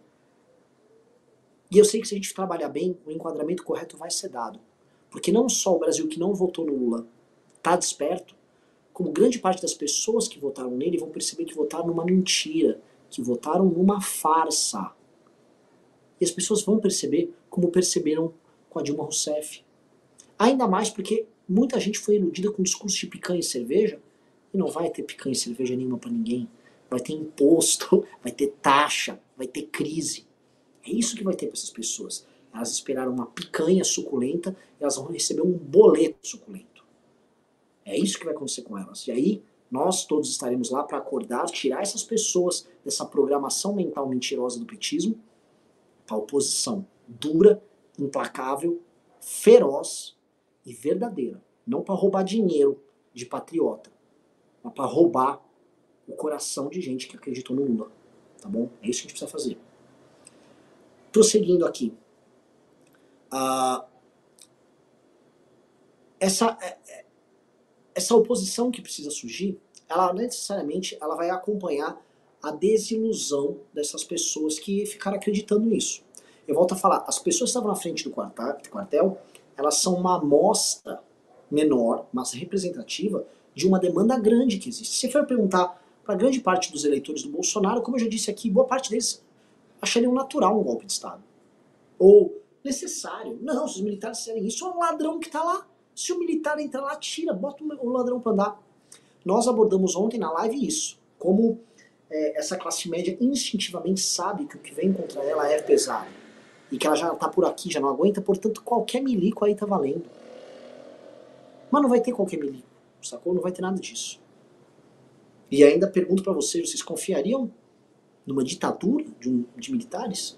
E eu sei que se a gente trabalhar bem, o enquadramento correto vai ser dado. Porque não só o Brasil que não votou no Lula está desperto, como grande parte das pessoas que votaram nele vão perceber que votaram numa mentira, que votaram numa farsa. E as pessoas vão perceber como perceberam com a Dilma Rousseff. Ainda mais porque muita gente foi iludida com discurso de picanha e cerveja, e não vai ter picanha e cerveja nenhuma para ninguém. Vai ter imposto, vai ter taxa, vai ter crise. É isso que vai ter para essas pessoas. Elas esperaram uma picanha suculenta e elas vão receber um boleto suculento. É isso que vai acontecer com elas. E aí, nós todos estaremos lá para acordar, tirar essas pessoas dessa programação mental mentirosa do petismo para a oposição dura, implacável, feroz e verdadeira. Não para roubar dinheiro de patriota, mas para roubar o coração de gente que acreditou no Lula. Tá bom? É isso que a gente precisa fazer. Prosseguindo aqui. Uh, essa, essa oposição que precisa surgir, ela necessariamente ela vai acompanhar a desilusão dessas pessoas que ficaram acreditando nisso. Eu volto a falar, as pessoas que estavam na frente do quartel, elas são uma amostra menor, mas representativa, de uma demanda grande que existe. Se você for perguntar para grande parte dos eleitores do Bolsonaro, como eu já disse aqui, boa parte deles achariam natural um golpe de Estado. Ou necessário. Não, se os militares fizerem isso, é um ladrão que está lá. Se o militar entra lá, tira, bota o ladrão para andar. Nós abordamos ontem na live isso, como é, essa classe média instintivamente sabe que o que vem contra ela é pesado. E que ela já está por aqui, já não aguenta, portanto qualquer milico aí tá valendo. Mas não vai ter qualquer milico, sacou? Não vai ter nada disso. E ainda pergunto para vocês, vocês confiariam numa ditadura de, um, de militares?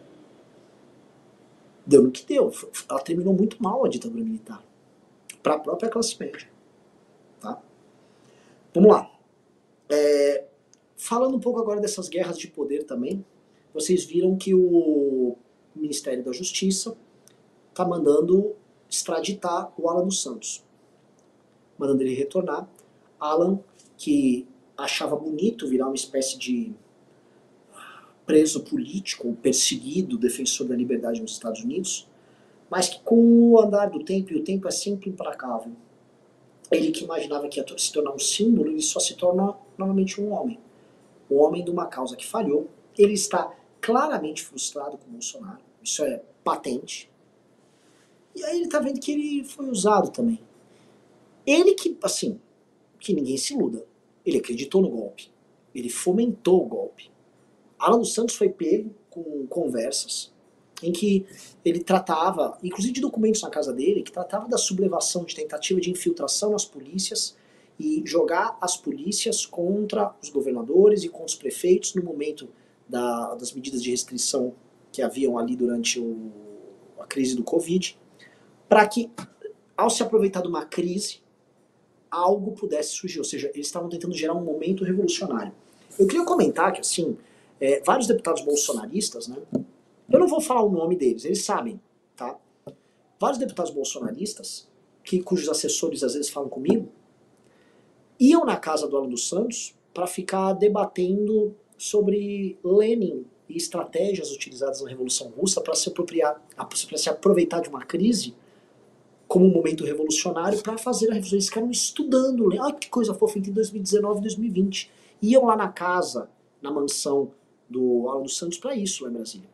Deu no que deu. Ela terminou muito mal, a ditadura militar. Para a própria classe média. Tá? Vamos lá. É, falando um pouco agora dessas guerras de poder também, vocês viram que o Ministério da Justiça está mandando extraditar o Alan dos Santos. Mandando ele retornar. Alan, que achava bonito virar uma espécie de preso político, perseguido, defensor da liberdade nos Estados Unidos, mas que com o andar do tempo, e o tempo é sempre implacável, ele que imaginava que ia se tornar um símbolo, ele só se torna novamente um homem. Um homem de uma causa que falhou. Ele está claramente frustrado com o Bolsonaro, isso é patente. E aí ele está vendo que ele foi usado também. Ele que, assim, que ninguém se iluda, ele acreditou no golpe, ele fomentou o golpe. Alan dos Santos foi pego com conversas em que ele tratava, inclusive de documentos na casa dele, que tratava da sublevação de tentativa de infiltração nas polícias e jogar as polícias contra os governadores e contra os prefeitos no momento da, das medidas de restrição que haviam ali durante o, a crise do Covid, para que, ao se aproveitar de uma crise, algo pudesse surgir, ou seja, eles estavam tentando gerar um momento revolucionário. Eu queria comentar que, assim, é, vários deputados bolsonaristas, né, eu não vou falar o nome deles, eles sabem, tá? Vários deputados bolsonaristas, que, cujos assessores às vezes falam comigo, iam na casa do Alan dos Santos para ficar debatendo sobre Lenin e estratégias utilizadas na Revolução Russa para se apropriar, para se aproveitar de uma crise como um momento revolucionário para fazer a revolução. Eles ficaram estudando, olha que coisa fofa, entre dois mil e dezenove e dois mil e vinte. Iam lá na casa, na mansão do Alan dos Santos para isso lá em Brasília.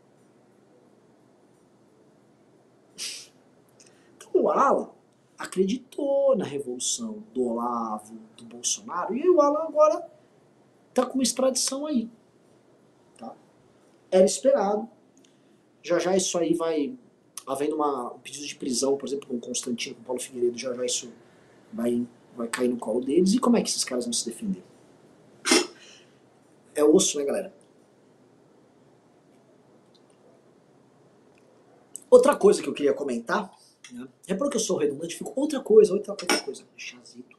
Então o Alan acreditou na revolução do Olavo, do Bolsonaro, e o Alan agora tá com uma extradição aí. Tá? Era esperado. Já já isso aí vai, havendo uma, um pedido de prisão, por exemplo, com o Constantino, com o Paulo Figueiredo, já já isso vai, vai cair no colo deles. E como é que esses caras vão se defender? É osso, né, galera? Outra coisa que eu queria comentar, né? É porque eu sou redundante, fico outra coisa, outra, outra coisa. Chazito.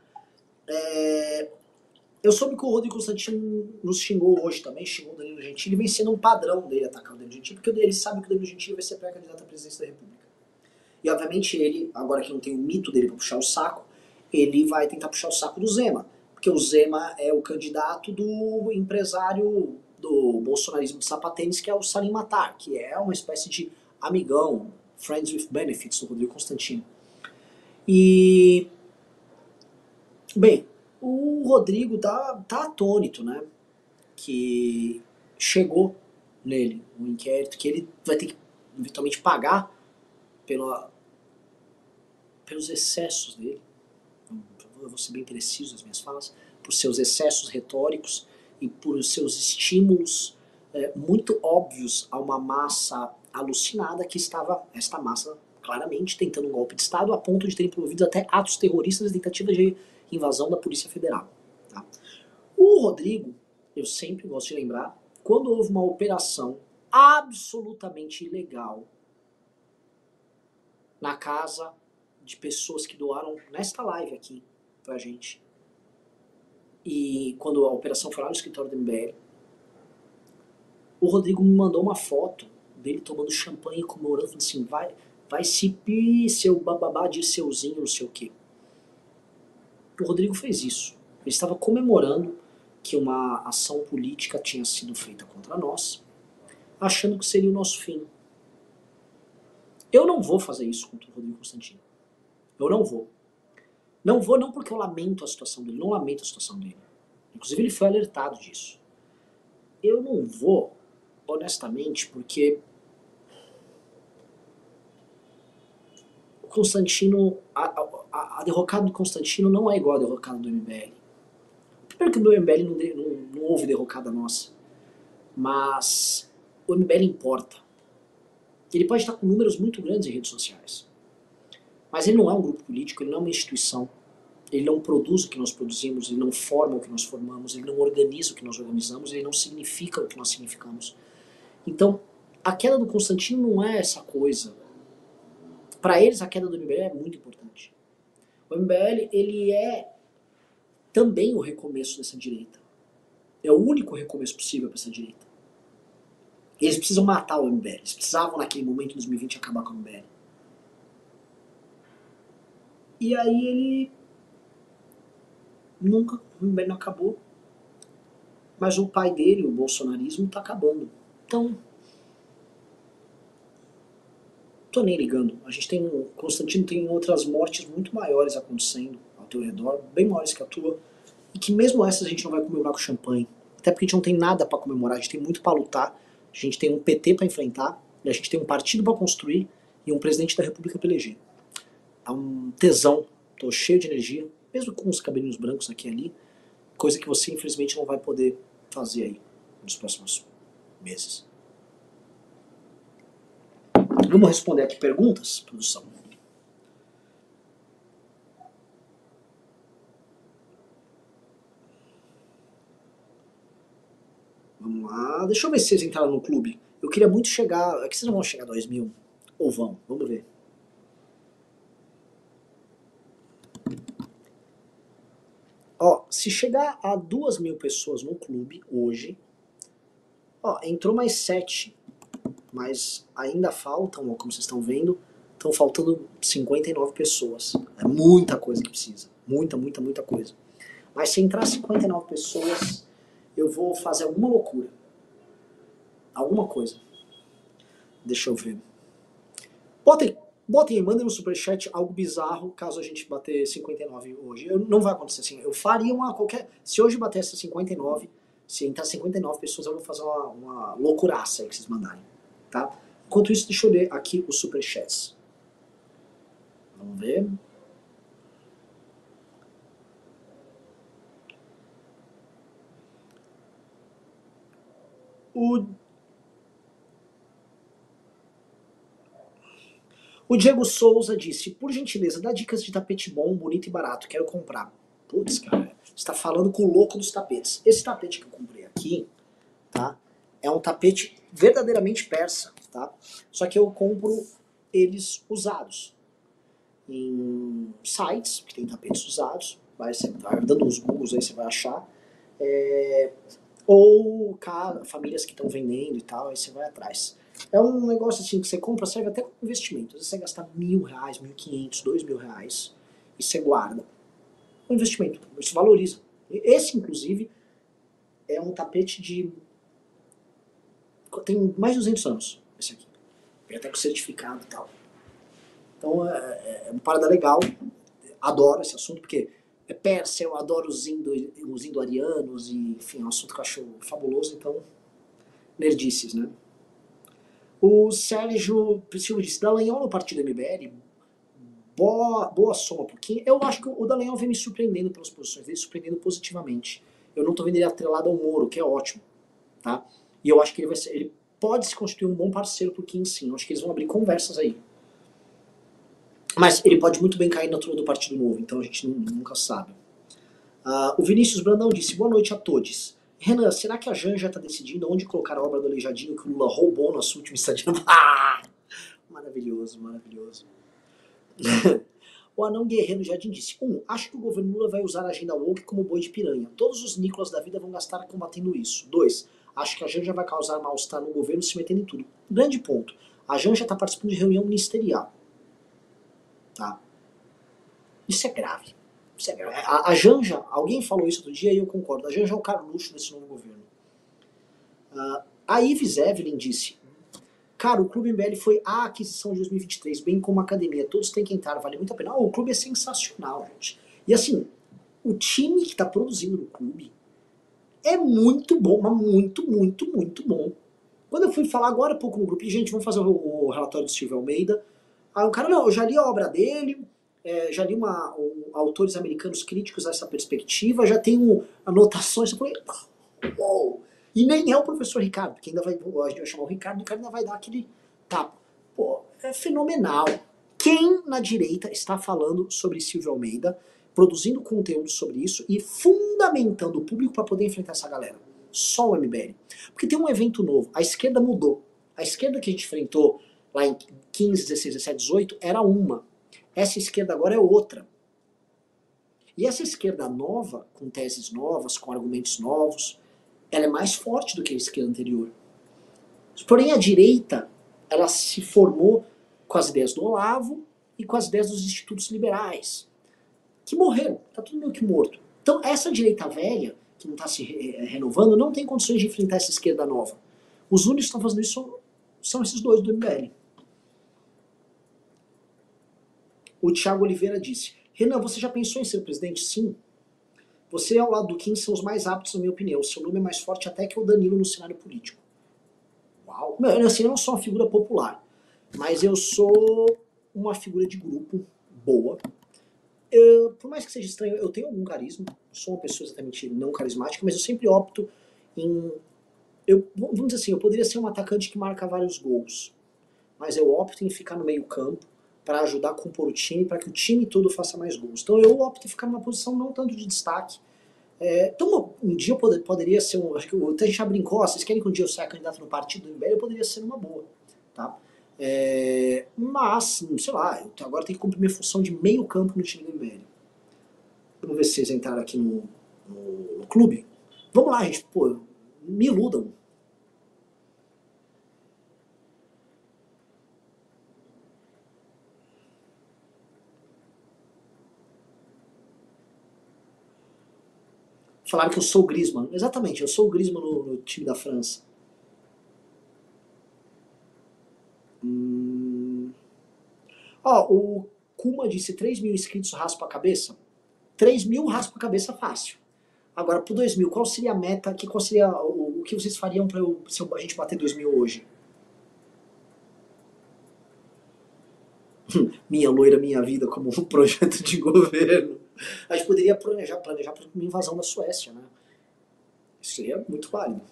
É, eu soube que o Rodrigo Constantino nos xingou hoje também, xingou o Danilo Gentili, vem sendo um padrão dele atacar o Danilo Gentili, porque ele sabe que o Danilo Gentili vai ser pré-candidato à presidência da República. E obviamente ele, agora que não tem o mito dele pra puxar o saco, ele vai tentar puxar o saco do Zema, porque o Zema é o candidato do empresário do bolsonarismo de sapatênis, que é o Salim Matar, que é uma espécie de amigão, friends with benefits do Rodrigo Constantino. E, bem, o Rodrigo tá, tá atônito, né, que chegou nele um inquérito, que ele vai ter que eventualmente pagar pela, pelos excessos dele, eu vou ser bem preciso nas minhas falas, por seus excessos retóricos e por seus estímulos é, muito óbvios a uma massa alucinada que estava, esta massa, claramente tentando um golpe de Estado a ponto de terem promovido até atos terroristas e tentativa de invasão da Polícia Federal. Tá? O Rodrigo, eu sempre gosto de lembrar, quando houve uma operação absolutamente ilegal na casa de pessoas que doaram nesta live aqui pra gente, e quando a operação foi lá no escritório do M B L, o Rodrigo me mandou uma foto dele tomando champanhe, comemorando, falando assim, vai, vai se pi, seu bababá de seuzinho, não sei o quê. O Rodrigo fez isso. Ele estava comemorando que uma ação política tinha sido feita contra nós, achando que seria o nosso fim. Eu não vou fazer isso contra o Rodrigo Constantino. Eu não vou. Não vou não porque eu lamento a situação dele, não lamento a situação dele. Inclusive ele foi alertado disso. Eu não vou, honestamente, porque o Constantino, a, a, a derrocada do Constantino não é igual a derrocada do M B L. Primeiro que no M B L não, de, não, não houve derrocada nossa, mas o M B L importa. Ele pode estar com números muito grandes em redes sociais, mas ele não é um grupo político, ele não é uma instituição, ele não produz o que nós produzimos, ele não forma o que nós formamos, ele não organiza o que nós organizamos, ele não significa o que nós significamos. Então, a queda do Constantino não é essa coisa. Para eles, a queda do M B L é muito importante. O M B L, ele é também o recomeço dessa direita. É o único recomeço possível para essa direita. Eles precisam matar o M B L. Eles precisavam, naquele momento, em dois mil e vinte, acabar com o M B L. E aí ele... Nunca, o M B L não acabou. Mas o pai dele, o bolsonarismo, tá acabando. Então... tô nem ligando. A gente tem... O Constantino tem outras mortes muito maiores acontecendo ao teu redor, bem maiores que a tua, e que mesmo essas a gente não vai comemorar com champanhe. Até porque a gente não tem nada pra comemorar, a gente tem muito pra lutar, a gente tem um P T pra enfrentar, e a gente tem um partido pra construir e um presidente da República pra eleger. É um tesão, tô cheio de energia, mesmo com os cabelinhos brancos aqui e ali, coisa que você infelizmente não vai poder fazer aí nos próximos meses. Vamos responder aqui perguntas, produção. Vamos lá. Deixa eu ver se vocês entraram no clube. Eu queria muito chegar... É que vocês não vão chegar a dois mil. Ou vão. Vamos ver. Ó, se chegar a duas mil pessoas no clube hoje, ó, entrou mais sete, mas ainda faltam, ó, como vocês estão vendo, estão faltando cinquenta e nove pessoas. É muita coisa que precisa. Muita, muita, muita coisa. Mas se entrar cinquenta e nove pessoas, eu vou fazer alguma loucura. Alguma coisa. Deixa eu ver. Botem, botem aí, mandem no superchat algo bizarro caso a gente bater cinquenta e nove hoje. Eu, não vai acontecer assim. Eu faria uma qualquer... Se hoje bater essa cinquenta e nove, se entrar cinquenta e nove pessoas, eu vou fazer uma, uma loucuraça aí que vocês mandarem. Tá? Enquanto isso, deixa eu ler aqui os superchats. Vamos ver. O, o Diego Souza disse, por gentileza, dá dicas de tapete bom, bonito e barato, quero comprar. Putz, cara, você tá falando com o louco dos tapetes. Esse tapete que eu comprei aqui, tá, é um tapete verdadeiramente persa, tá? Só que eu compro eles usados. Em sites que tem tapetes usados, vai, você vai dando uns googles aí, você vai achar. É, ou cara, famílias que estão vendendo e tal, aí você vai atrás. É um negócio assim que você compra, serve até como investimento. Às vezes você gasta mil reais, mil e quinhentos, dois mil reais e você guarda. É um investimento, isso valoriza. Esse, inclusive, é um tapete de... tem mais de duzentos anos, esse aqui. Vem até com certificado e tal. Então é, é uma parada legal, adoro esse assunto, porque é persa, eu adoro os, indo, os indo-arianos, e enfim, é um assunto que eu acho fabuloso, então, nerdices, né? O Sérgio Silva disse, Dallagnol no partido M B L, boa, boa soma, porque eu acho que o Dallagnol vem me surpreendendo pelas posições dele, surpreendendo positivamente. Eu não tô vendo ele atrelado ao Moro, que é ótimo, tá? E eu acho que ele vai ser, ele pode se constituir um bom parceiro pro Kim, sim. Eu acho que eles vão abrir conversas aí. Mas ele pode muito bem cair na turma do Partido Novo, então a gente nunca sabe. Uh, o Vinícius Brandão disse, boa noite a todos. Renan, será que a Janja está decidindo onde colocar a obra do Aleijadinho que o Lula roubou na sua última estadia? Ah! Maravilhoso, maravilhoso. O Anão Guerreiro Jardim disse, um, acho que o governo Lula vai usar a agenda woke como boi de piranha. Todos os Nicolas da vida vão gastar combatendo isso. Dois, acho que a Janja vai causar mal-estar no governo se metendo em tudo. Grande ponto. A Janja está participando de reunião ministerial. Tá? Isso é grave. Isso é grave. A, a Janja, alguém falou isso outro dia e eu concordo. A Janja é o Carluxo desse novo governo. Uh, a Ives Evelyn disse, cara, o Clube M B L foi a aquisição de dois mil e vinte e três, bem como a academia. Todos têm que entrar, vale muito a pena. Oh, o clube é sensacional, gente. E assim, o time que está produzindo no clube é muito bom, mas muito, muito, muito bom. Quando eu fui falar agora há pouco no grupo, gente, vamos fazer o, o relatório do Silvio Almeida. Aí o cara, não, eu já li a obra dele, é, já li uma, um, autores americanos críticos a essa perspectiva, já tenho anotações. Eu falei, uou! E nem é o professor Ricardo, porque ainda vai, a gente vai chamar o Ricardo, o Ricardo ainda vai dar aquele tapa. Pô, é fenomenal. Quem na direita está falando sobre Silvio Almeida, produzindo conteúdo sobre isso e fundamentando o público para poder enfrentar essa galera? Só o M B L. Porque tem um evento novo, a esquerda mudou. A esquerda que a gente enfrentou lá em quinze, dezesseis, dezessete, dezoito era uma. Essa esquerda agora é outra. E essa esquerda nova, com teses novas, com argumentos novos, ela é mais forte do que a esquerda anterior. Porém, a direita, ela se formou com as ideias do Olavo e com as ideias dos institutos liberais, que morreram, tá tudo meio que morto. Então, essa direita velha, que não está se renovando, não tem condições de enfrentar essa esquerda nova. Os únicos que estão fazendo isso são esses dois do M B L. O Thiago Oliveira disse, Renan, você já pensou em ser presidente? Sim. Você ao lado do Kim são os mais aptos, na minha opinião. Seu nome é mais forte até que o Danilo no cenário político. Uau. Eu, assim, eu não sou uma figura popular, mas eu sou uma figura de grupo boa. Eu, por mais que seja estranho, eu tenho algum carisma. Sou uma pessoa exatamente não carismática, mas eu sempre opto em... Eu, vamos dizer assim, eu poderia ser um atacante que marca vários gols, mas eu opto em ficar no meio campo para ajudar a compor o time, para que o time todo faça mais gols. Então eu opto em ficar numa posição não tanto de destaque. É, então um dia eu poder, poderia ser um... Acho que a gente já brincou, vocês querem que um dia eu saia candidato no partido do M B L, eu poderia ser uma boa. Tá? É, mas, sei lá, eu agora tenho que cumprir minha função de meio campo no time do M B L. Vamos ver se vocês entraram aqui no, no, no clube. Vamos lá, gente. Pô, me iludam. Falaram que eu sou o Griezmann. Exatamente, eu sou o Griezmann no, no time da França. Hum... Ó, o Kuma disse três mil inscritos raspa a cabeça. três mil raspa a cabeça fácil. Agora, pro dois mil, qual seria a meta? Que, qual seria o, o que vocês fariam pra eu, se a gente bater dois mil hoje? Minha loira, minha vida como um projeto de governo. A gente poderia planejar, planejar para uma invasão da Suécia, né? Isso seria muito válido.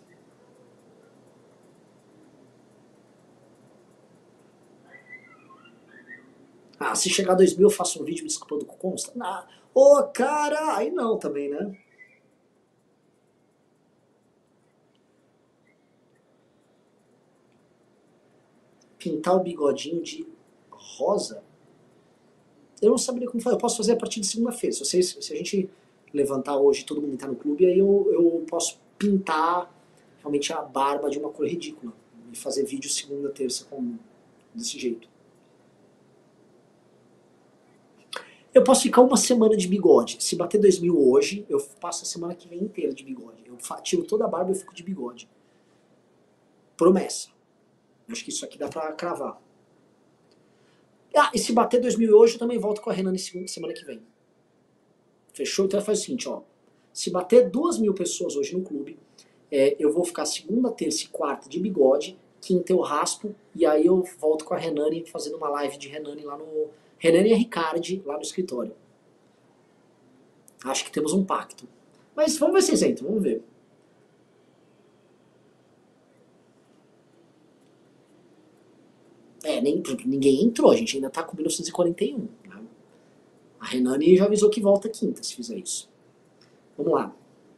Ah, se chegar a dois mil eu faço um vídeo me desculpando com consta? Ah, ô, oh, cara, aí não também, né? Pintar o bigodinho de rosa? Eu não saberia como fazer. Eu posso fazer a partir de segunda-feira. Se, vocês, se a gente levantar hoje, todo mundo entrar no clube, aí eu, eu posso pintar realmente a barba de uma cor ridícula. E fazer vídeo segunda, terça com, desse jeito. Eu posso ficar uma semana de bigode. Se bater dois mil hoje, eu passo a semana que vem inteira de bigode. Eu tiro toda a barba e eu fico de bigode. Promessa. Acho que isso aqui dá pra cravar. Ah, e se bater dois mil hoje, eu também volto com a Renan na semana que vem. Fechou? Então faz o seguinte, ó. Se bater duas mil pessoas hoje no clube, é, eu vou ficar segunda, terça e quarta de bigode, quinta eu raspo, e aí eu volto com a Renane fazendo uma live de Renane lá no... Renane e a Ricardi lá no escritório. Acho que temos um pacto. Mas vamos ver se vocês entram, vamos ver. É, nem, ninguém entrou, a gente ainda tá com mil novecentos e quarenta e um. Né? A Renane já avisou que volta quinta, se fizer isso. Vamos lá.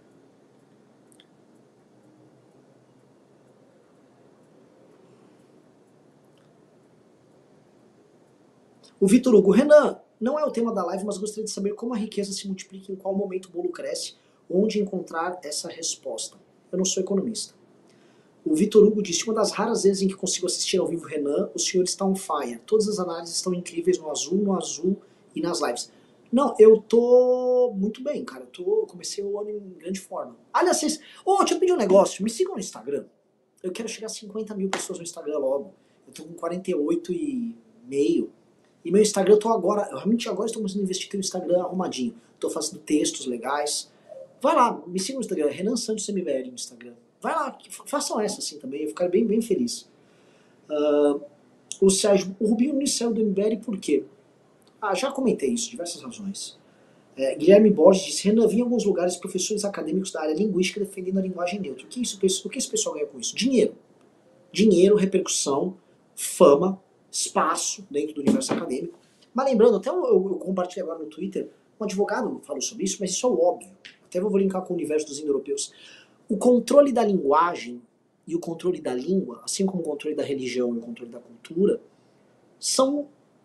O Vitor Hugo, Renan, não é o tema da live, mas gostaria de saber como a riqueza se multiplica, em qual momento o bolo cresce, onde encontrar essa resposta. Eu não sou economista. O Vitor Hugo disse, uma das raras vezes em que consigo assistir ao vivo Renan, o senhor está on fire. Todas as análises estão incríveis no azul, no azul e nas lives. Não, eu tô muito bem, cara. Eu tô, comecei o ano em grande forma. Aliás, vocês... Ô, oh, deixa eu pedir um negócio. Me sigam no Instagram. Eu quero chegar a cinquenta mil pessoas no Instagram logo. Eu tô com quarenta e oito e meio. E meu Instagram, eu tô agora... Eu realmente agora estou começando a investir no Instagram arrumadinho. Tô fazendo textos legais. Vai lá, me sigam no Instagram. Renan Santos M V L no Instagram. Vai lá, façam essa assim também. Eu ficaria bem, bem feliz. Uh, o Sérgio... O Rubinho Nunes saiu do M V L por quê? Ah, já comentei isso, diversas razões. É, Guilherme Borges disse, Renan, vi em alguns lugares professores acadêmicos da área linguística defendendo a linguagem neutra. O que, isso, o que esse pessoal ganha com isso? Dinheiro. Dinheiro, repercussão, fama, espaço dentro do universo acadêmico. Mas lembrando, até eu, eu, eu compartilhei agora no Twitter, um advogado falou sobre isso, mas isso é o óbvio. Até eu vou linkar com o universo dos indo-europeus. O controle da linguagem e o controle da língua, assim como o controle da religião e o controle da cultura, são...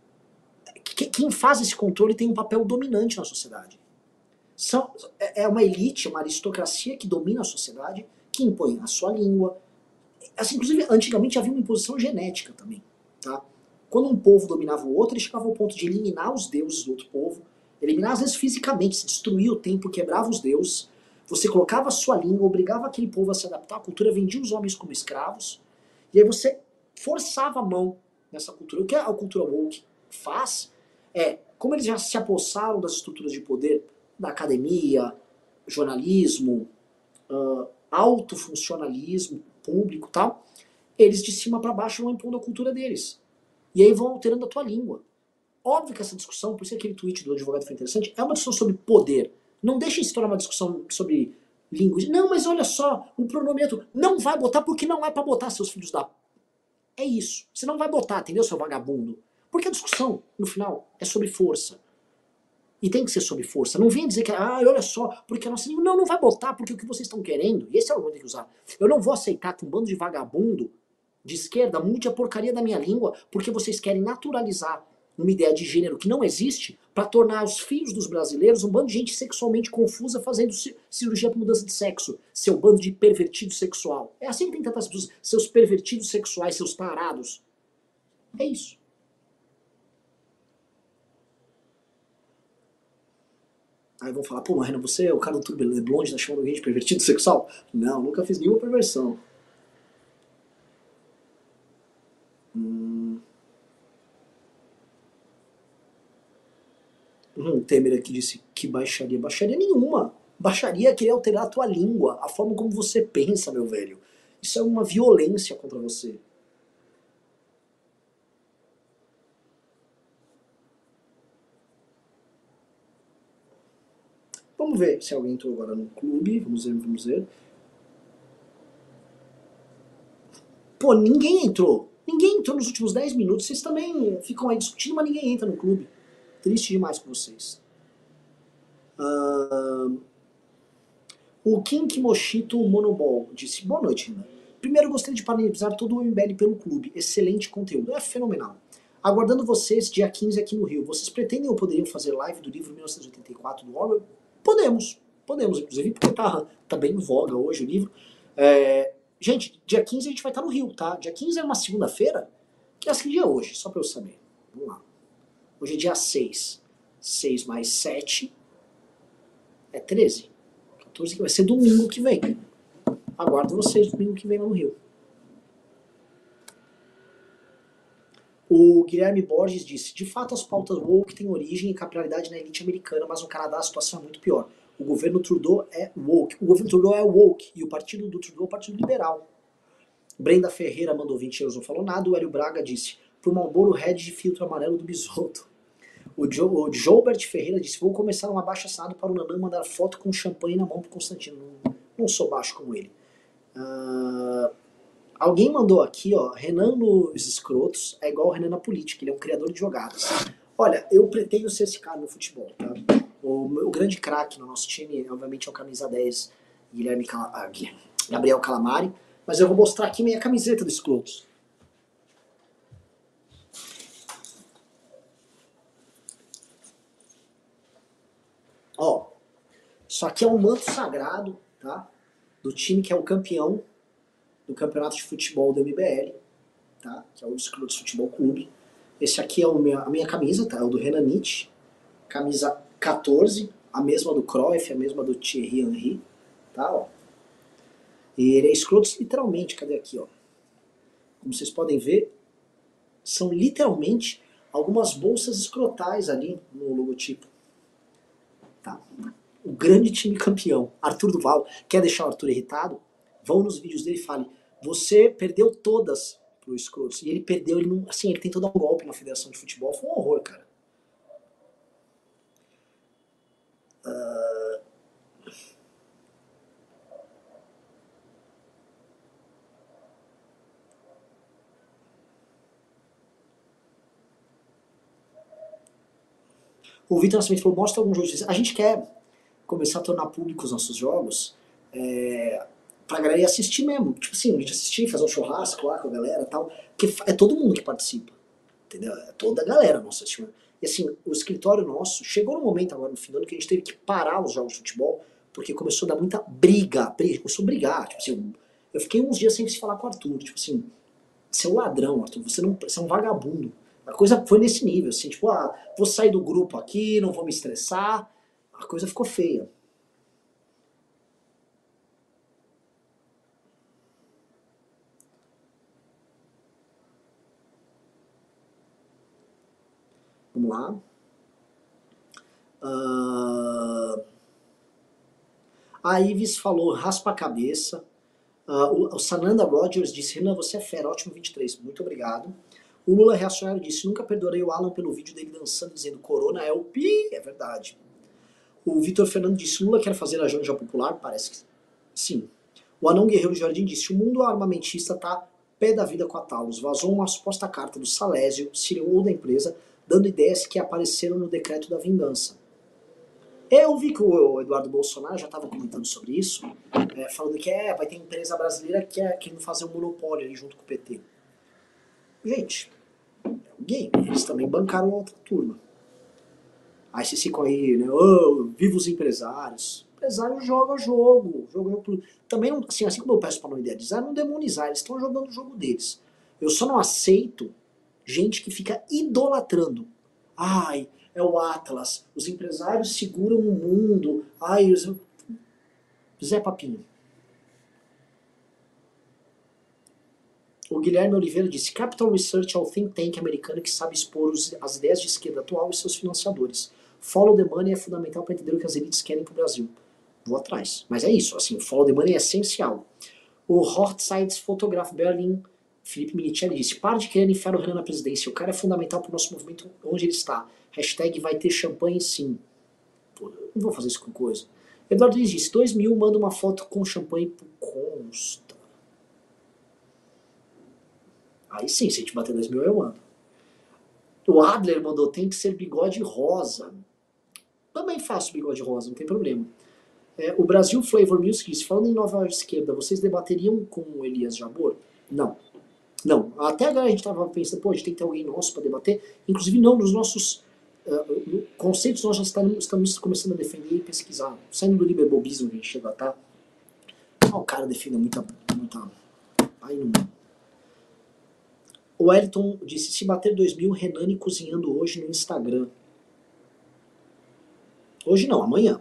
Quem faz esse controle tem um papel dominante na sociedade. São, é uma elite, uma aristocracia que domina a sociedade, que impõe a sua língua. Assim, inclusive, antigamente havia uma imposição genética também. Tá? Quando um povo dominava o outro, ele chegava ao ponto de eliminar os deuses do outro povo, eliminar às vezes fisicamente, se destruía o templo, quebrava os deuses, você colocava a sua língua, obrigava aquele povo a se adaptar à cultura, vendia os homens como escravos, e aí você forçava a mão nessa cultura. O que a cultura woke faz é, como eles já se apossaram das estruturas de poder, da academia, jornalismo, uh, autofuncionalismo público e tal, eles de cima para baixo vão impondo a cultura deles. E aí vão alterando a tua língua. Óbvio que essa discussão, por isso aquele tweet do advogado foi interessante, é uma discussão sobre poder. Não deixem se tornar uma discussão sobre língua. Não, mas olha só, o pronome neutro não vai botar porque não é para botar, seus filhos da... É isso. Você não vai botar, entendeu, seu vagabundo? Porque a discussão, no final, é sobre força. E tem que ser sobre força. Não venha dizer que, ah, olha só, porque a nossa língua... Não, não vai botar, porque o que vocês estão querendo, e esse é o que eu tenho que usar. Eu não vou aceitar que um bando de vagabundo de esquerda mude a porcaria da minha língua porque vocês querem naturalizar uma ideia de gênero que não existe para tornar os filhos dos brasileiros um bando de gente sexualmente confusa fazendo cirurgia para mudança de sexo. Seu bando de pervertido sexual. É assim que tem que tratar as pessoas, seus pervertidos sexuais, seus tarados. É isso. Aí vão falar, pô, mas Renan, você é o cara do Turbo Leblond, tá chamando alguém de pervertido sexual? Não, nunca fiz nenhuma perversão. Hum... Hum, Temer aqui disse que baixaria. Baixaria nenhuma. Baixaria é querer alterar a tua língua, a forma como você pensa, meu velho. Isso é uma violência contra você. Vamos ver se alguém entrou agora no clube. Vamos ver, vamos ver. Pô, ninguém entrou. Ninguém entrou nos últimos dez minutos. Vocês também ficam aí discutindo, mas ninguém entra no clube. Triste demais pra vocês. Uh... O Kim Kimoshito Monobol disse, boa noite, Renan. Primeiro, gostaria de parabenizar todo o M B L pelo clube. Excelente conteúdo. É fenomenal. Aguardando vocês dia quinze aqui no Rio. Vocês pretendem ou poderiam fazer live do livro mil novecentos e oitenta e quatro do Orwell? Podemos. Podemos, inclusive, porque tá, tá bem em voga hoje o livro. É... Gente, dia quinze a gente vai estar no Rio, tá? Dia quinze é uma segunda-feira. Que assim dia é hoje, só pra eu saber. Vamos lá. Hoje é dia seis. seis mais sete é treze. quatorze que vai ser domingo que vem. Aguardo vocês domingo que vem lá no Rio. O Guilherme Borges disse, de fato as pautas woke têm origem e capilaridade na elite americana, mas no Canadá a situação é muito pior. O governo Trudeau é woke. O governo Trudeau é woke e o partido do Trudeau é o partido liberal. Brenda Ferreira mandou vinte euros, não falou nada. O Hélio Braga disse, pro Marlboro Red de filtro amarelo do Bisoto. O, jo, o Joubert Ferreira disse, vou começar um abaixo-assinado para o Nanã mandar foto com champanhe na mão pro Constantino. Não, não sou baixo como ele. Uh, alguém mandou aqui, ó, Renan nos escrotos é igual o Renan na política, ele é um criador de jogadas. Olha, eu pretendo ser esse cara no futebol, tá? O, o grande craque no nosso time, obviamente, é o camisa dez, Guilherme Cal ah, Gabriel Calamari, mas eu vou mostrar aqui minha camiseta do escrotos. Ó, isso aqui é um manto sagrado, tá? Do time que é o campeão do campeonato de futebol do M B L, tá? Que é o Escrotos Futebol Clube. Esse aqui é o meu, a minha camisa, tá? É o do Renan Nietzsche, camisa quatorze, a mesma do Cruyff, a mesma do Thierry Henry, tá? Ó. E ele é Escrotos literalmente, cadê aqui, ó? Como vocês podem ver, são literalmente algumas bolsas escrotais ali no logotipo. Tá? O grande time campeão, Arthur Duval. Quer deixar o Arthur irritado? Vão nos vídeos dele e fale, você perdeu todas pro Escrotos. E ele perdeu, ele não, assim, ele tentou dar um golpe na Federação de Futebol, foi um horror, cara. Uh... O Vitor Nascimento falou, mostra alguns jogos. A gente quer começar a tornar públicos os nossos jogos, é, pra galera ir assistir mesmo. Tipo assim, a gente assistir, fazer um churrasco lá com a galera e tal. Porque é todo mundo que participa. Entendeu? É toda a galera nossa. Tipo, e assim, o escritório nosso, chegou no momento agora no fim do ano que a gente teve que parar os jogos de futebol, porque começou a dar muita briga. briga começou a brigar. Tipo assim, eu fiquei uns dias sem se falar com o Arthur. Tipo assim, você é um ladrão, Arthur. Você, não, você é um vagabundo. A coisa foi nesse nível, assim, tipo, ah, vou sair do grupo aqui, não vou me estressar. A coisa ficou feia. Vamos lá. Uh... A Ives falou, raspa a cabeça. Uh, o, o Sananda Rogers disse, Renan, você é fera, ótimo vinte e três, muito obrigado. O Lula Reacionário disse, nunca perdoarei o Alan pelo vídeo dele dançando, dizendo, Corona é o pi, é verdade. O Vitor Fernando disse, Lula quer fazer a Janja Popular, parece que sim. O Anão Guerreiro Jardim disse, o mundo armamentista tá pé da vida com a Talos. Vazou uma suposta carta do Salésio, C E O da empresa, dando ideias que apareceram no decreto da vingança. Eu vi que o Eduardo Bolsonaro já estava comentando sobre isso, é, falando que é, vai ter empresa brasileira que é querendo fazer um monopólio ali junto com o P T. Gente, é um game, eles também bancaram a outra turma. Aí vocês ficam aí, né? Oh, viva os empresários. O empresário joga jogo. joga jogo. Também, não, assim, assim como eu peço pra não idealizar, não demonizar. Eles estão jogando o jogo deles. Eu só não aceito gente que fica idolatrando. Ai, é o Atlas. Os empresários seguram o mundo. Ai, os... Zé Papinho. O Guilherme Oliveira disse: Capital Research é o think tank americano que sabe expor os, as ideias de esquerda atual e seus financiadores. Follow the money é fundamental para entender o que as elites querem para o Brasil. Vou atrás. Mas é isso, assim, follow the money é essencial. O Hortsides Fotógrafo Berlin, Felipe Minicelli, disse: para de querer enfiar o Renan na presidência. O cara é fundamental para o nosso movimento onde ele está. Hashtag vai ter champanhe sim. Pô, eu não vou fazer isso com coisa. Eduardo Luiz disse: dois mil manda uma foto com champanhe pro Consta. Aí sim, se a gente bater dois mil, eu mando. O Adler mandou: tem que ser bigode rosa. Também faço bigode rosa, não tem problema. É, o Brasil Flavor Music disse: falando em nova esquerda, vocês debateriam com o Elias Jabor? Não. Não. Até agora a gente estava pensando, pô, a gente tem que ter alguém nosso para debater. Inclusive, não, nos nossos uh, conceitos nós já estamos, estamos começando a defender e pesquisar. Saindo do liberbobismo que a gente chega a estar. Ah, o cara defende muita. muita... Aí não. O Wellington disse: se bater dois mil, Renani cozinhando hoje no Instagram. Hoje não, amanhã.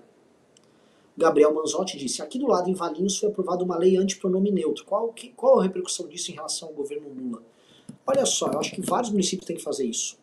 Gabriel Manzotti disse: aqui do lado, em Valinhos, foi aprovada uma lei anti-pronome neutro. Qual, que, qual a repercussão disso em relação ao governo Lula? Olha só, eu acho que vários municípios têm que fazer isso.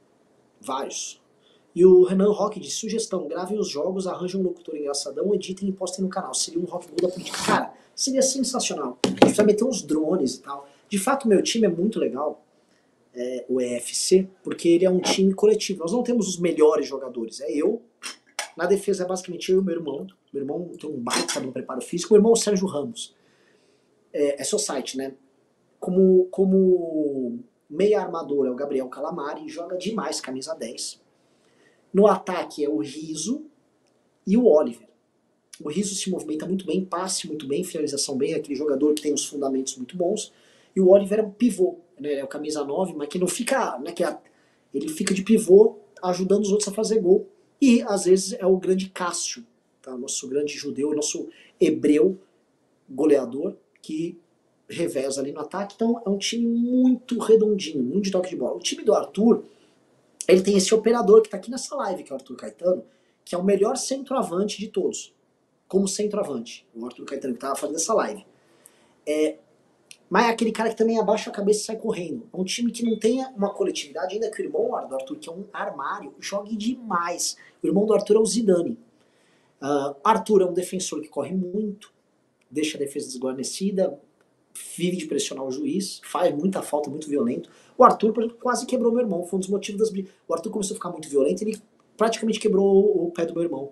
Vários. E o Renan Roque disse: sugestão, gravem os jogos, arranjem um locutor engraçadão, editem e postem no canal. Seria um rock da política. Cara, seria sensacional. A gente precisa meter uns drones e tal. De fato, meu time é muito legal. É, o E F C, porque ele é um time coletivo. Nós não temos os melhores jogadores. É eu. Na defesa é basicamente eu e meu irmão. Meu irmão tem um baita no preparo físico. Meu irmão é o Sérgio Ramos. É, é society, né? Como, como meia armadora é o Gabriel Calamari. Joga demais, camisa dez. No ataque é o Riso e o Oliver. O Riso se movimenta muito bem, passe muito bem, finalização bem. É aquele jogador que tem os fundamentos muito bons. E o Oliver é um pivô. Né? É o camisa nove, mas que não fica... Né, que é, ele fica de pivô ajudando os outros a fazer gol. E, às vezes, é o grande Cássio, tá? Nosso grande judeu, nosso hebreu goleador, que reveza ali no ataque. Então, é um time muito redondinho, muito de toque de bola. O time do Arthur, ele tem esse operador que está aqui nessa live, que é o Arthur Caetano, que é o melhor centroavante de todos, como centroavante. O Arthur Caetano que estava fazendo essa live. É, mas é aquele cara que também abaixa a cabeça e sai correndo. É um time que não tem uma coletividade, ainda que o irmão do Arthur, que é um armário, jogue demais. O irmão do Arthur é o Zidane. Uh, Arthur é um defensor que corre muito, deixa a defesa desguarnecida, vive de pressionar o juiz, faz muita falta, muito violento. O Arthur, por exemplo, quase quebrou meu irmão, foi um dos motivos das brigas. O Arthur começou a ficar muito violento, ele praticamente quebrou o pé do meu irmão.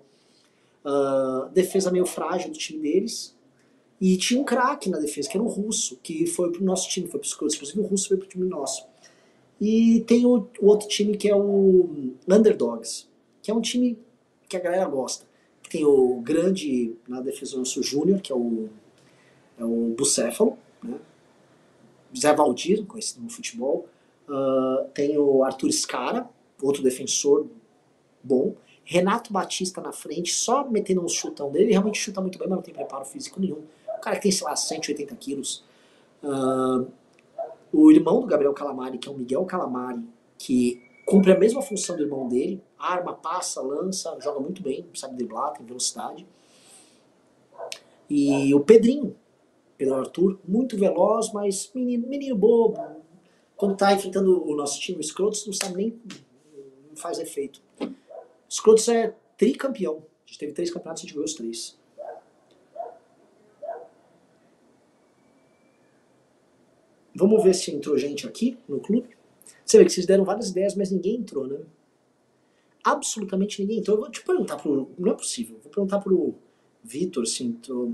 Uh, defesa meio frágil do time deles. E tinha um craque na defesa, que era o Russo, que foi pro nosso time, foi pro Scrooge, inclusive o Russo foi pro time nosso. E tem o, o outro time que é o Underdogs, que é um time que a galera gosta. Tem o grande, na defesa nosso Júnior, que é o, é o Bucéfalo, né? Zé Valdir, conhecido no futebol. Uh, tem o Arthur Scara, outro defensor bom. Renato Batista na frente, só metendo um chutão dele. Ele realmente chuta muito bem, mas não tem preparo físico nenhum. O cara que tem, sei lá, cento e oitenta quilos. Uh, o irmão do Gabriel Calamari, que é o Miguel Calamari, que cumpre a mesma função do irmão dele. Arma, passa, lança, joga muito bem, sabe driblar, tem velocidade. E o Pedrinho, Pedro Arthur, muito veloz, mas menino, menino bobo. Quando tá enfrentando o nosso time, o Scrotus, não sabe nem, não faz efeito. O Scrotus é tricampeão. A gente teve três campeonatos e a gente ganhou os três. Vamos ver se entrou gente aqui no clube. Você vê que vocês deram várias ideias, mas ninguém entrou, né? Absolutamente ninguém entrou. Eu vou te perguntar pro... Não é possível. Vou perguntar pro Vitor se entrou.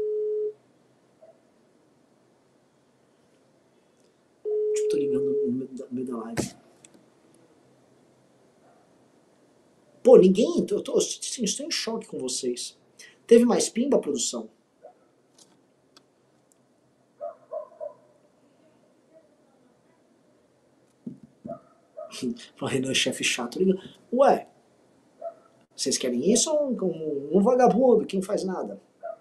Tô ligando live. Pô, ninguém... Eu tô, assim, estou em choque com vocês. Teve mais pimba, produção? O Renan, chefe chato, liga. Ué, vocês querem isso ou um, um, um vagabundo que não faz nada?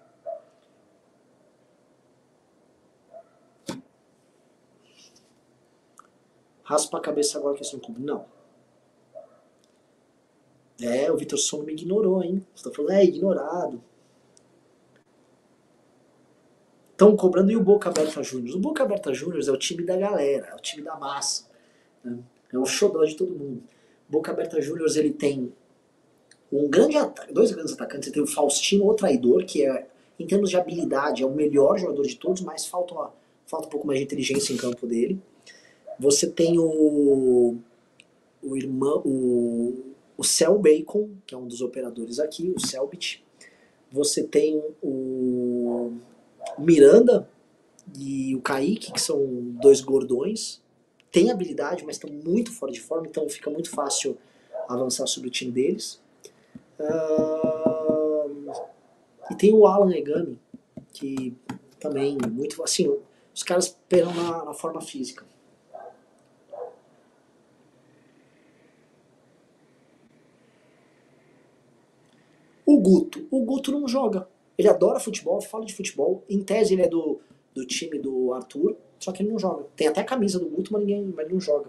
Raspa a cabeça agora que eles estão comigo. Não. É, o Vitor Sono me ignorou, hein? Você tá falando, é, ignorado. Estão cobrando e o Boca Aberta Juniors. O Boca Aberta Juniors é o time da galera, é o time da massa. Né? É o xodó de todo mundo. Boca Aberta Juniors, ele tem um grande ataque, dois grandes atacantes. Ele tem o Faustino, o traidor, que é, em termos de habilidade, é o melhor jogador de todos, mas falta, uma, falta um pouco mais de inteligência em campo dele. Você tem o, o irmão, o, o Cel Bacon, que é um dos operadores aqui, o Selbit. Você tem o Miranda e o Kaique, que são dois gordões. Tem habilidade, mas estão muito fora de forma, então fica muito fácil avançar sobre o time deles. Uh, e tem o Alan Egami, que também muito, assim, os caras peram na, na forma física. O Guto, o Guto não joga. Ele adora futebol, fala de futebol. Em tese ele é do, do time do Arthur, só que ele não joga. Tem até a camisa do Guto, mas, ninguém, mas ele não joga.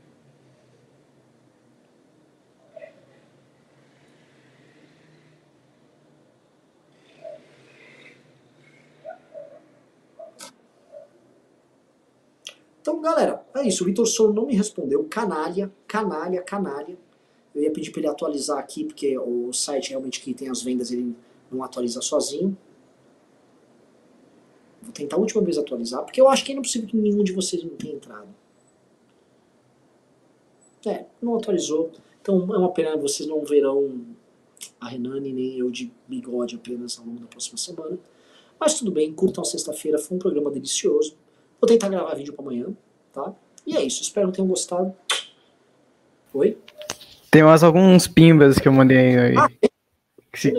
Então, galera, é isso. O Vitor Soro não me respondeu. Canalha, canalha, canalha. Eu ia pedir para ele atualizar aqui, porque o site realmente que tem as vendas, ele não atualiza sozinho. Vou tentar a última vez atualizar, porque eu acho que é impossível que nenhum de vocês não tenha entrado. É, não atualizou. Então é uma pena, vocês não verão a Renane nem eu de bigode apenas ao longo da próxima semana. Mas tudo bem, curtam sexta-feira, foi um programa delicioso. Vou tentar gravar vídeo para amanhã, tá? E é isso, espero que tenham gostado. Oi? Tem mais alguns pimbas que eu mandei aí. Ah, que se...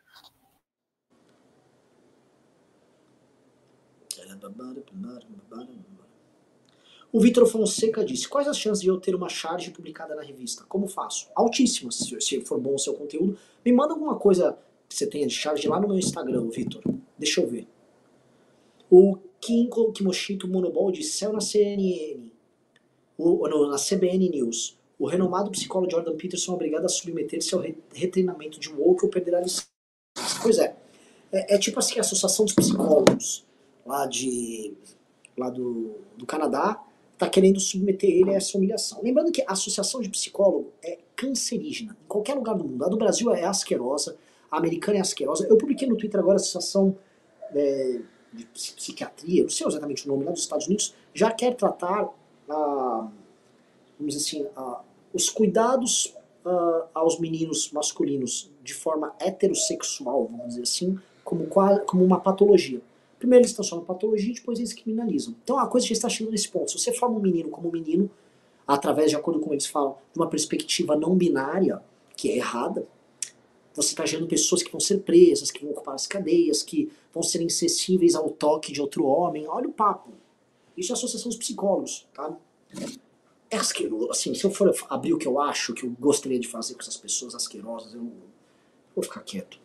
O Vitor Fonseca disse: quais as chances de eu ter uma charge publicada na revista? Como faço? Altíssimas, se for bom o seu conteúdo. Me manda alguma coisa que você tenha de charge lá no meu Instagram, Vitor. Deixa eu ver. O Kinko Kimoshito Monobol disse: saiu na C N N, o, no, na C B N News. O renomado psicólogo Jordan Peterson é obrigado a submeter-se ao re retreinamento de woke ou perderá a licença. Pois é. é. É tipo assim, a Associação dos Psicólogos lá, de, lá do, do Canadá está querendo submeter ele a essa humilhação. Lembrando que a Associação de Psicólogo é cancerígena. Em qualquer lugar do mundo. A do Brasil é asquerosa, a americana é asquerosa. Eu publiquei no Twitter agora a Associação é, de Psiquiatria, não sei exatamente o nome, lá dos Estados Unidos, já quer tratar a... vamos dizer assim, uh, os cuidados uh, aos meninos masculinos de forma heterossexual, vamos dizer assim, como, como uma patologia. Primeiro eles transformam em patologia e depois eles criminalizam. Então a coisa já está chegando nesse ponto. Se você forma um menino como um menino, através, de acordo com eles falam, de uma perspectiva não binária, que é errada, você está gerando pessoas que vão ser presas, que vão ocupar as cadeias, que vão ser insensíveis ao toque de outro homem. Olha o papo. Isso é a Associação dos Psicólogos, tá? É asqueroso, assim, se eu for abrir o que eu acho, que eu gostaria de fazer com essas pessoas asquerosas, eu vou ficar quieto.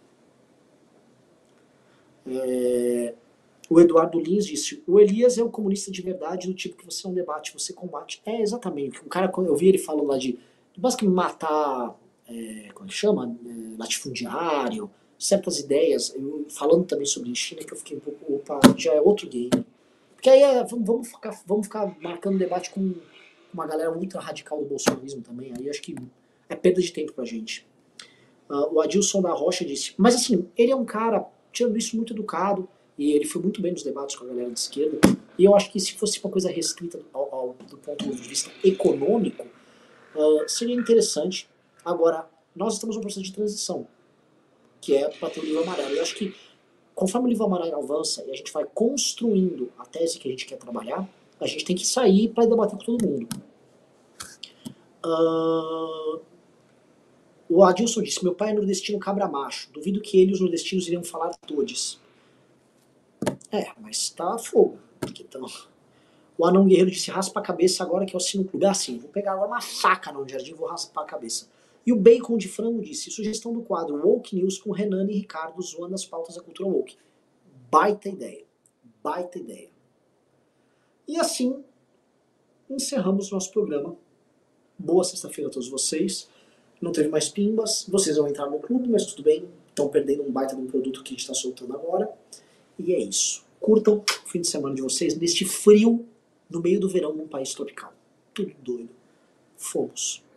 É... O Eduardo Lins disse: o Elias é um comunista de verdade, do tipo que você não debate, você combate. É, exatamente. O cara, eu vi ele falando lá de, de basicamente matar, é, como é que chama? É, latifundiário, certas ideias, eu, falando também sobre China, que eu fiquei um pouco, opa, já é outro game. Porque aí é, vamos, vamos, ficar, vamos ficar marcando debate com uma galera ultra radical do bolsonarismo também, aí acho que é perda de tempo pra gente. Uh, o Adilson da Rocha disse, mas assim, ele é um cara, tirando isso, muito educado, e ele foi muito bem nos debates com a galera de esquerda, e eu acho que se fosse uma coisa restrita ao, ao, do ponto de vista econômico, uh, seria interessante. Agora, nós estamos num processo de transição, que é para ter o livro amarelo. Eu acho que, conforme o livro amarelo avança e a gente vai construindo a tese que a gente quer trabalhar, a gente tem que sair para debater com todo mundo. Uh, o Adilson disse, meu pai é nordestino cabra macho, duvido que ele e os nordestinos iriam falar todes. É, mas tá fogo. Então, o Anão Guerreiro disse, raspa a cabeça agora que eu assino o clube. Ah, sim, vou pegar agora uma faca no jardim e vou raspar a cabeça. E o Bacon de Frango disse, sugestão do quadro Woke News com Renan e Ricardo zoando as pautas da cultura woke. Baita ideia. Baita ideia. E assim, encerramos nosso programa. Boa sexta-feira a todos vocês. Não teve mais pimbas. Vocês vão entrar no clube, mas tudo bem. Estão perdendo um baita de um produto que a gente está soltando agora. E é isso. Curtam o fim de semana de vocês neste frio no meio do verão num país tropical. Tudo doido. Fomos.